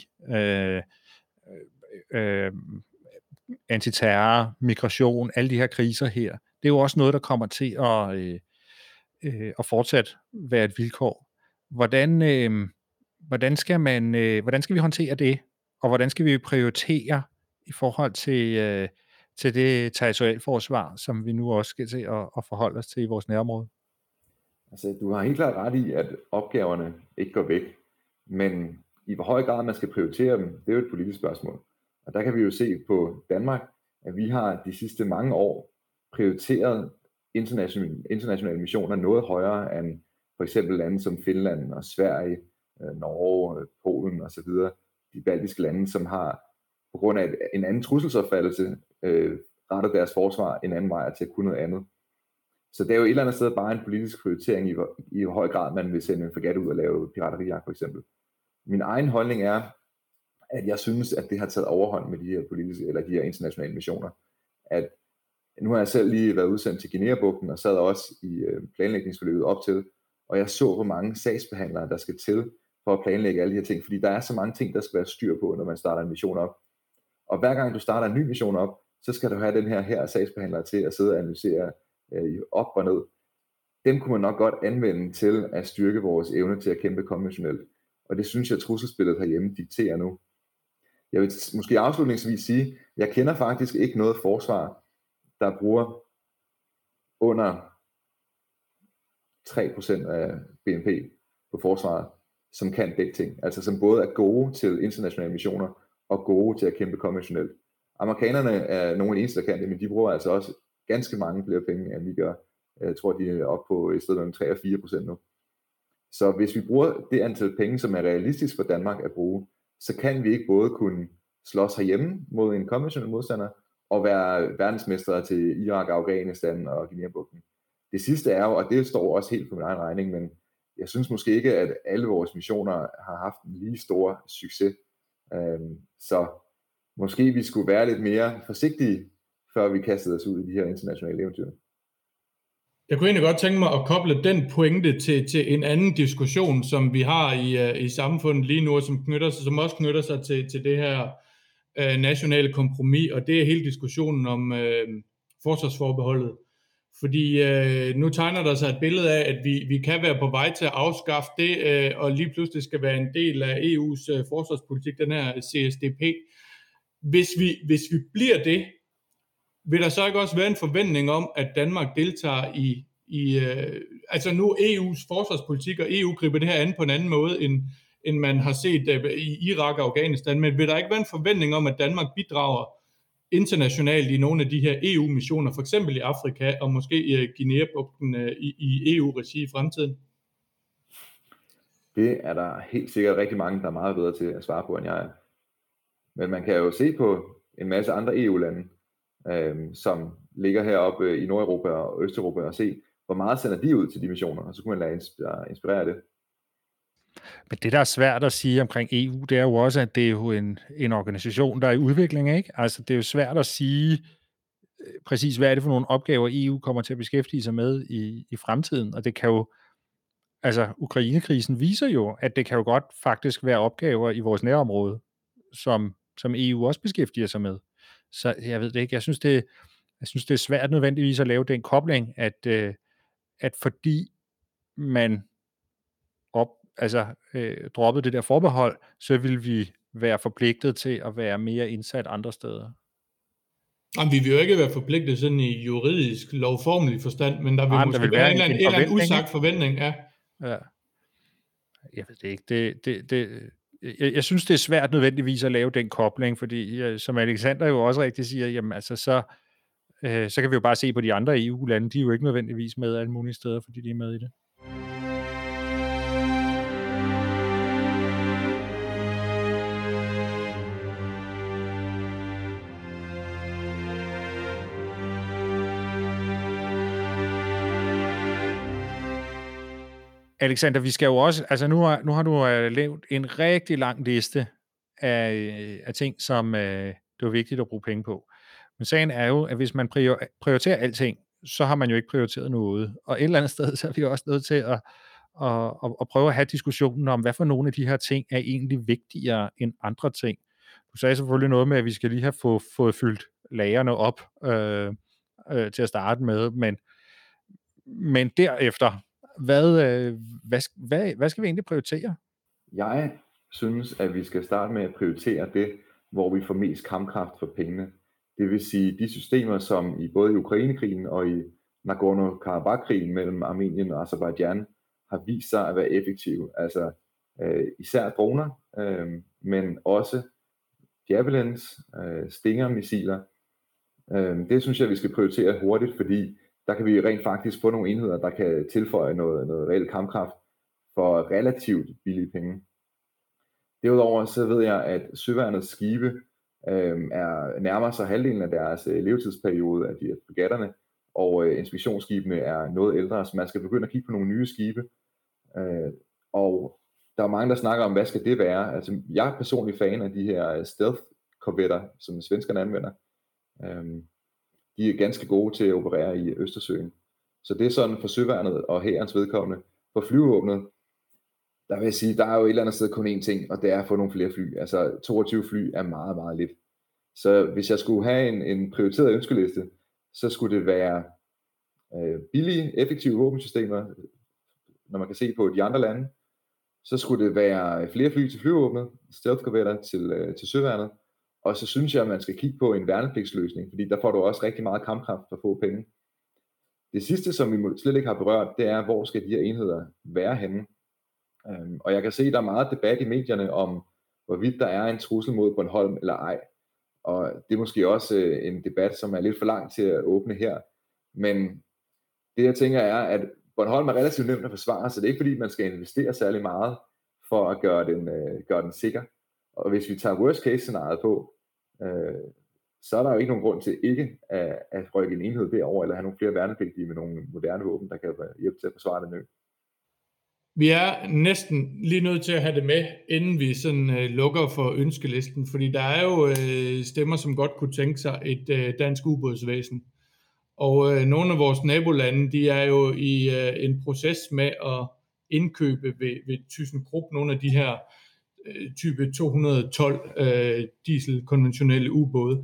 antiterror, migration, alle de her kriser her. Det er jo også noget, der kommer til at fortsat være et vilkår. Hvordan skal vi håndtere det, og hvordan skal vi prioritere i forhold til det territorialforsvar, som vi nu også skal til at forholde os til i vores nærområde?
Altså, du har helt klart ret i, at opgaverne ikke går væk, men i hvor høj grad man skal prioritere dem, det er jo et politisk spørgsmål. Og der kan vi jo se på Danmark, at vi har de sidste mange år prioriteret internationale missioner noget højere end for eksempel lande som Finland og Sverige, Norge, Polen osv., de baltiske lande, som har på grund af en anden trusselsopfattelse rettet deres forsvar en anden vej til at kunne noget andet. Så det er jo et eller andet sted bare en politisk prioritering i hvor høj grad man vil sende en fregat ud og lave piraterijagt for eksempel. Min egen holdning er, at jeg synes, at det har taget overhånd med de her politiske eller de her internationale missioner. At nu har jeg selv lige været udsendt til Guinea-bugten og sad også i planlægningsforløbet op til, og jeg så, hvor mange sagsbehandlere, der skal til for at planlægge alle de her ting, fordi der er så mange ting, der skal være styr på, når man starter en mission op. Og hver gang du starter en ny mission op, så skal du have den her sagsbehandlere til at sidde og analysere op og ned. Dem kunne man nok godt anvende til at styrke vores evne til at kæmpe konventionelt. Og det synes jeg, at trusselsbilledet herhjemme dikterer nu. Jeg vil måske afslutningsvis sige, at jeg kender faktisk ikke noget forsvar, der bruger under 3% af BNP på forsvaret, som kan begge ting. Altså som både er gode til internationale missioner og gode til at kæmpe konventionelt. Amerikanerne er nogle af de eneste, der kan det, men de bruger altså også ganske mange flere penge, end vi gør. Jeg tror, de er oppe på et sted mellem 3 og 4% nu. Så hvis vi bruger det antal penge, som er realistisk for Danmark at bruge, så kan vi ikke både kunne slås herhjemme mod en konventionel modstander, og være verdensmestre til Irak, Afghanistan og Guinea-bugten. Det sidste er jo, og det står også helt på min egen regning, men jeg synes måske ikke, at alle vores missioner har haft en lige stor succes. Så måske vi skulle være lidt mere forsigtige, før vi kastede os ud i de her internationale eventyr.
Jeg kunne egentlig godt tænke mig at koble den pointe til en anden diskussion, som vi har i samfundet lige nu, som også knytter sig til det her nationale kompromis, og det er hele diskussionen om forsvarsforbeholdet. Fordi nu tegner der sig et billede af, at vi kan være på vej til at afskaffe det, og lige pludselig skal være en del af EU's forsvarspolitik, den her CSDP. Hvis vi bliver det, vil der så ikke også være en forventning om, at Danmark deltager i altså nu EU's forsvarspolitik, og EU griber det her an på en anden måde, end man har set i Irak og Afghanistan. Men vil der ikke være en forventning om, at Danmark bidrager internationalt i nogle af de her EU-missioner, for eksempel i Afrika og måske i Guinea-bugten i EU-regi i fremtiden?
Det er der helt sikkert rigtig mange, der er meget bedre til at svare på, end jeg er. Men man kan jo se på en masse andre EU-lande, som ligger heroppe i Nordeuropa og Østeuropa, og se, hvor meget sender de ud til de missioner, og så kunne man lade inspirere det.
Men det, der er svært at sige omkring EU, det er jo også, at det er jo en organisation, der er i udvikling, ikke? Altså, det er jo svært at sige præcis, hvad er det for nogle opgaver, EU kommer til at beskæftige sig med i fremtiden, og det kan jo, altså, Ukrainekrisen viser jo, at det kan jo godt faktisk være opgaver i vores nærområde, som EU også beskæftiger sig med. Så jeg ved det ikke, jeg synes, det er svært nødvendigvis at lave den kobling, at fordi man droppede det der forbehold, så vil vi være forpligtet til at være mere indsat andre steder.
Jamen, vi vil jo ikke være forpligtet sådan i juridisk, lovformelig forstand, men der vil måske være en eller anden usagt forventning. Ja.
Jeg ved det ikke. Jeg synes, det er svært nødvendigvis at lave den kobling, fordi som Alexander jo også rigtig siger, jamen altså så kan vi jo bare se på de andre EU-lande, de er jo ikke nødvendigvis med alle mulige steder, fordi de er med i det. Alexander, vi skal jo også, altså nu har du lavet en rigtig lang liste af ting, som det er vigtigt at bruge penge på. Men sagen er jo, at hvis man prioriterer alting, så har man jo ikke prioriteret noget. Og et eller andet sted, så er vi også nødt til at prøve at have diskussionen om, hvad for nogle af de her ting er egentlig vigtigere end andre ting. Du sagde selvfølgelig noget med, at vi skal lige have fået fyldt lagrene op til at starte med, men derefter, hvad skal vi egentlig prioritere?
Jeg synes, at vi skal starte med at prioritere det, hvor vi får mest kampkraft for pengene. Det vil sige de systemer, som både i Ukrainekrigen og i Nagorno-Karabakh-krigen mellem Armenien og Aserbajdsjan har vist sig at være effektive. Altså især droner, men også Javelins, Stinger-missiler. Det synes jeg, vi skal prioritere hurtigt, fordi der kan vi rent faktisk få nogle enheder, der kan tilføje noget reelt kampkraft for relativt billige penge. Derudover så ved jeg, at søværnets skibe nærmer sig halvdelen af deres levetidsperiode af de her fregatterne, og inspektionsskibene er noget ældre, så man skal begynde at kigge på nogle nye skibe. Og der er mange, der snakker om, hvad skal det være? Altså, jeg er personligt fan af de her stealth-korvetter, som svenskerne anvender. De er ganske gode til at operere i Østersøen. Så det er sådan for søværnet og hærens vedkommende. For flyvevåbnet, der vil jeg sige, der er jo et eller andet sted kun én ting, og det er at få nogle flere fly. Altså 22 fly er meget, meget lidt. Så hvis jeg skulle have en prioriteret ønskeliste, så skulle det være billige, effektive våbensystemer, når man kan se på de andre lande. Så skulle det være flere fly til flyvevåbnet, stealth-korvetter til søværnet. Og så synes jeg, at man skal kigge på en værnepligtsløsning, fordi der får du også rigtig meget kampkraft for få penge. Det sidste, som vi slet ikke har berørt, det er, hvor skal de her enheder være henne? Og jeg kan se, at der er meget debat i medierne om, hvorvidt der er en trussel mod Bornholm eller ej. Og det er måske også en debat, som er lidt for lang til at åbne her. Men det jeg tænker er, at Bornholm er relativt nemt at forsvare, så det er ikke fordi, man skal investere særlig meget for at gøre den sikker. Og hvis vi tager worst case scenariet på, så er der jo ikke nogen grund til ikke at rykke en enhed derover eller have nogle flere værnepligtige med nogle moderne våben, der kan hjælpe til at forsvare den ø.
Vi er næsten lige nødt til at have det med, inden vi sådan lukker for ønskelisten, fordi der er jo stemmer, som godt kunne tænke sig et dansk ubådsvæsen. Og nogle af vores nabolande, de er jo i en proces med at indkøbe ved ThyssenKrupp nogle af de her type 212 dieselkonventionelle ubåde.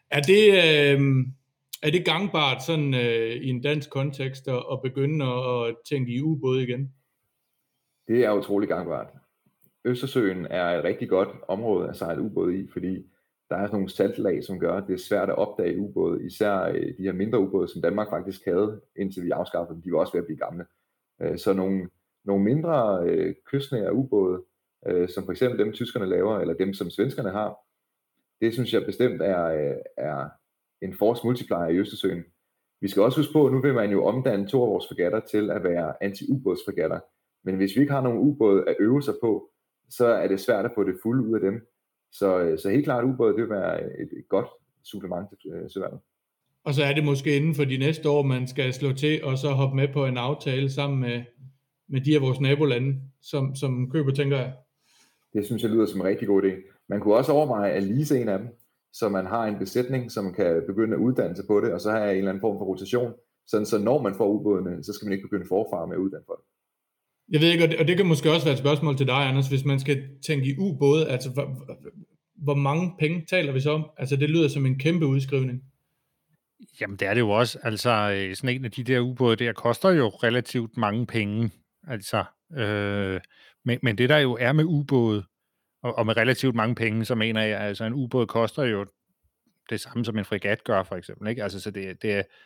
Er det gangbart sådan i en dansk kontekst at begynde at tænke i ubåde igen?
Det er utrolig gangbart. Østersøen er et rigtig godt område at sejle ubåde i, fordi der er sådan nogle saltlag, som gør, at det er svært at opdage ubåde. Især de her mindre ubåde, som Danmark faktisk havde, indtil vi afskaffede dem, de var også ved at blive gamle. Så nogle mindre kystnære ubåde som for eksempel dem tyskerne laver, eller dem som svenskerne har, det synes jeg bestemt er en force multiplier i Østersøen. Vi skal også huske på, at nu vil man jo omdanne 2 af vores fregatter til at være anti-ubådsfregatter. Men hvis vi ikke har nogen ubåde at øve sig på, så er det svært at få det fulde ud af dem. Så helt klart ubåde, det vil være et godt supplement til søværnet.
Og så er det måske inden for de næste år, man skal slå til og så hoppe med på en aftale sammen med de af vores nabolande, som køber, tænker jeg.
Det synes jeg lyder som en rigtig god idé. Man kunne også overveje at lease en af dem, så man har en besætning, som kan begynde at uddanne sig på det, og så har jeg en eller anden form for rotation, sådan så når man får ubådene, så skal man ikke begynde forfra med at uddanne for det.
Jeg ved ikke, og det kan måske også være et spørgsmål til dig, Anders, hvis man skal tænke i ubåde, altså hvor mange penge taler vi så om? Altså det lyder som en kæmpe udskrivning.
Jamen det er det jo også. Altså sådan en af de der ubåde der koster jo relativt mange penge. Altså, men det der jo er med ubåde, og med relativt mange penge, så mener jeg, altså en ubåd koster jo det samme som en fregat gør for eksempel, ikke? Altså så det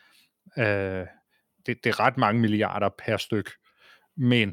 er ret mange milliarder per styk. Men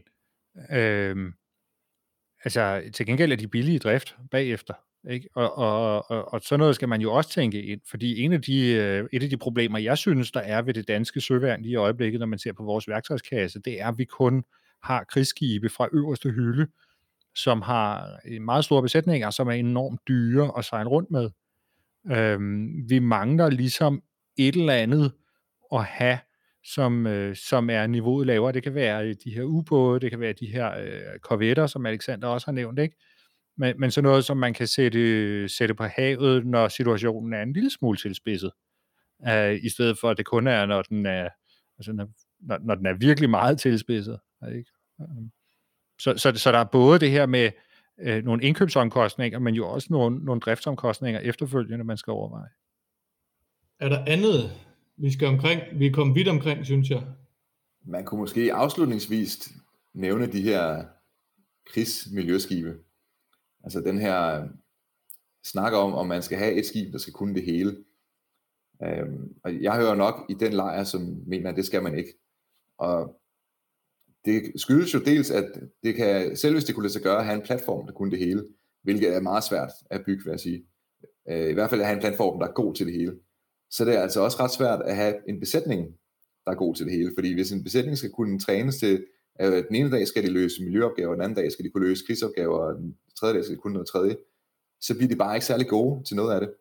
altså til gengæld er de billige i drift bagefter. Ikke? Og sådan noget skal man jo også tænke ind, fordi et af de problemer, jeg synes, der er ved det danske søværn i øjeblikket, når man ser på vores værktøjskasse, det er, at vi kun har krigsskibe fra øverste hylde, som har meget store besætninger, som er enormt dyre at sejle rundt med. Vi mangler ligesom et eller andet at have, som er niveauet lavere. Det kan være de her ubåde, det kan være de her korvetter, som Alexander også har nævnt, ikke? Men så noget, som man kan sætte på havet, når situationen er en lille smule tilspidset. I stedet for, at det kun er, når den er virkelig meget tilspidset. Ikke? Så der er både det her med nogle indkøbsomkostninger, men jo også nogle driftsomkostninger efterfølgende, man skal overveje.
Er der andet, vi skal omkring? Vi er kommet vidt omkring, synes jeg.
Man kunne måske afslutningsvis nævne de her krigsmiljøskibe. Altså den her snak om man skal have et skib, der skal kunne det hele. Og jeg hører nok i den lejr, som mener, at det skal man ikke. Og det skyldes jo dels, at det kan, selv hvis det kunne lade sig gøre, at have en platform, der kunne det hele, hvilket er meget svært at bygge, vil jeg sige. I hvert fald at have en platform, der er god til det hele. Så det er altså også ret svært at have en besætning, der er god til det hele. Fordi hvis en besætning skal kunne trænes til, at den ene dag skal de løse miljøopgaver, den anden dag skal de kunne løse krigsopgaver, og den tredje dag skal de kunne noget tredje, så bliver de bare ikke særlig gode til noget af det.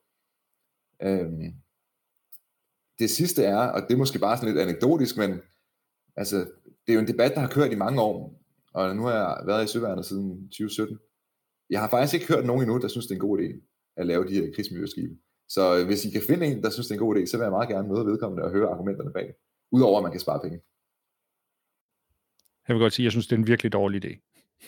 Det sidste er, og det er måske bare sådan lidt anekdotisk, men altså, det er jo en debat, der har kørt i mange år, og nu har jeg været i søværnet siden 2017. Jeg har faktisk ikke hørt nogen endnu, der synes, det er en god idé at lave de her krigsmiljøskibe. Så hvis I kan finde en, der synes, det er en god idé, så vil jeg meget gerne møde vedkommende og høre argumenterne bag. Udover at man kan spare penge.
Jeg vil godt sige, at jeg synes, det er en virkelig dårlig idé.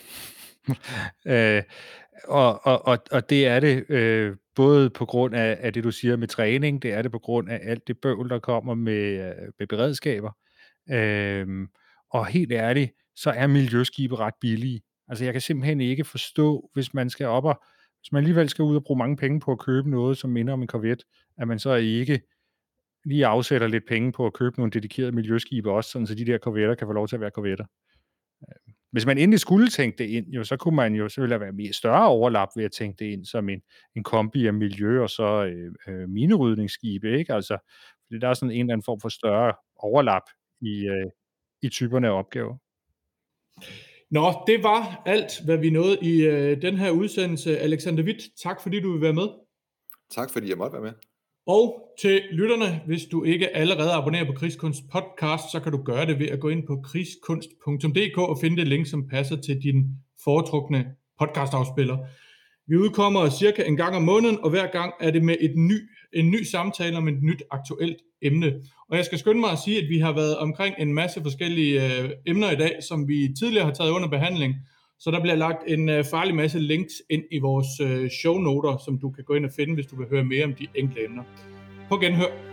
Og det er det både på grund af det, du siger med træning, det er det på grund af alt det bøvl, der kommer med beredskaber. Og helt ærligt, så er miljøskibe ret billige. Altså jeg kan simpelthen ikke forstå, hvis man alligevel skal ud og bruge mange penge på at købe noget, som minder om en korvet, at man så ikke lige afsætter lidt penge på at købe nogle dedikerede miljøskibe også, sådan så de der korvetter kan få lov til at være korvetter. Hvis man endelig skulle tænke det ind, jo, så kunne man jo selvfølgelig være mere større overlap ved at tænke det ind som en kombi af miljø og så minerydningsskibe, ikke? Altså, fordi der er sådan en eller anden form for større overlap i typerne af opgaver.
Nå, det var alt, hvad vi nåede i den her udsendelse. Alexander Hvidt, tak fordi du vil være med.
Tak fordi jeg måtte være med.
Og til lytterne, hvis du ikke allerede abonnerer på Krigskunst podcast, så kan du gøre det ved at gå ind på krigskunst.dk og finde det link, som passer til din foretrukne podcastafspiller. Vi udkommer cirka en gang om måneden, og hver gang er det med en ny samtale om et nyt aktuelt emne. Og jeg skal skynde mig at sige, at vi har været omkring en masse forskellige emner i dag, som vi tidligere har taget under behandling. Så der bliver lagt en farlig masse links ind i vores shownoter, som du kan gå ind og finde, hvis du vil høre mere om de enkelte emner. På genhør.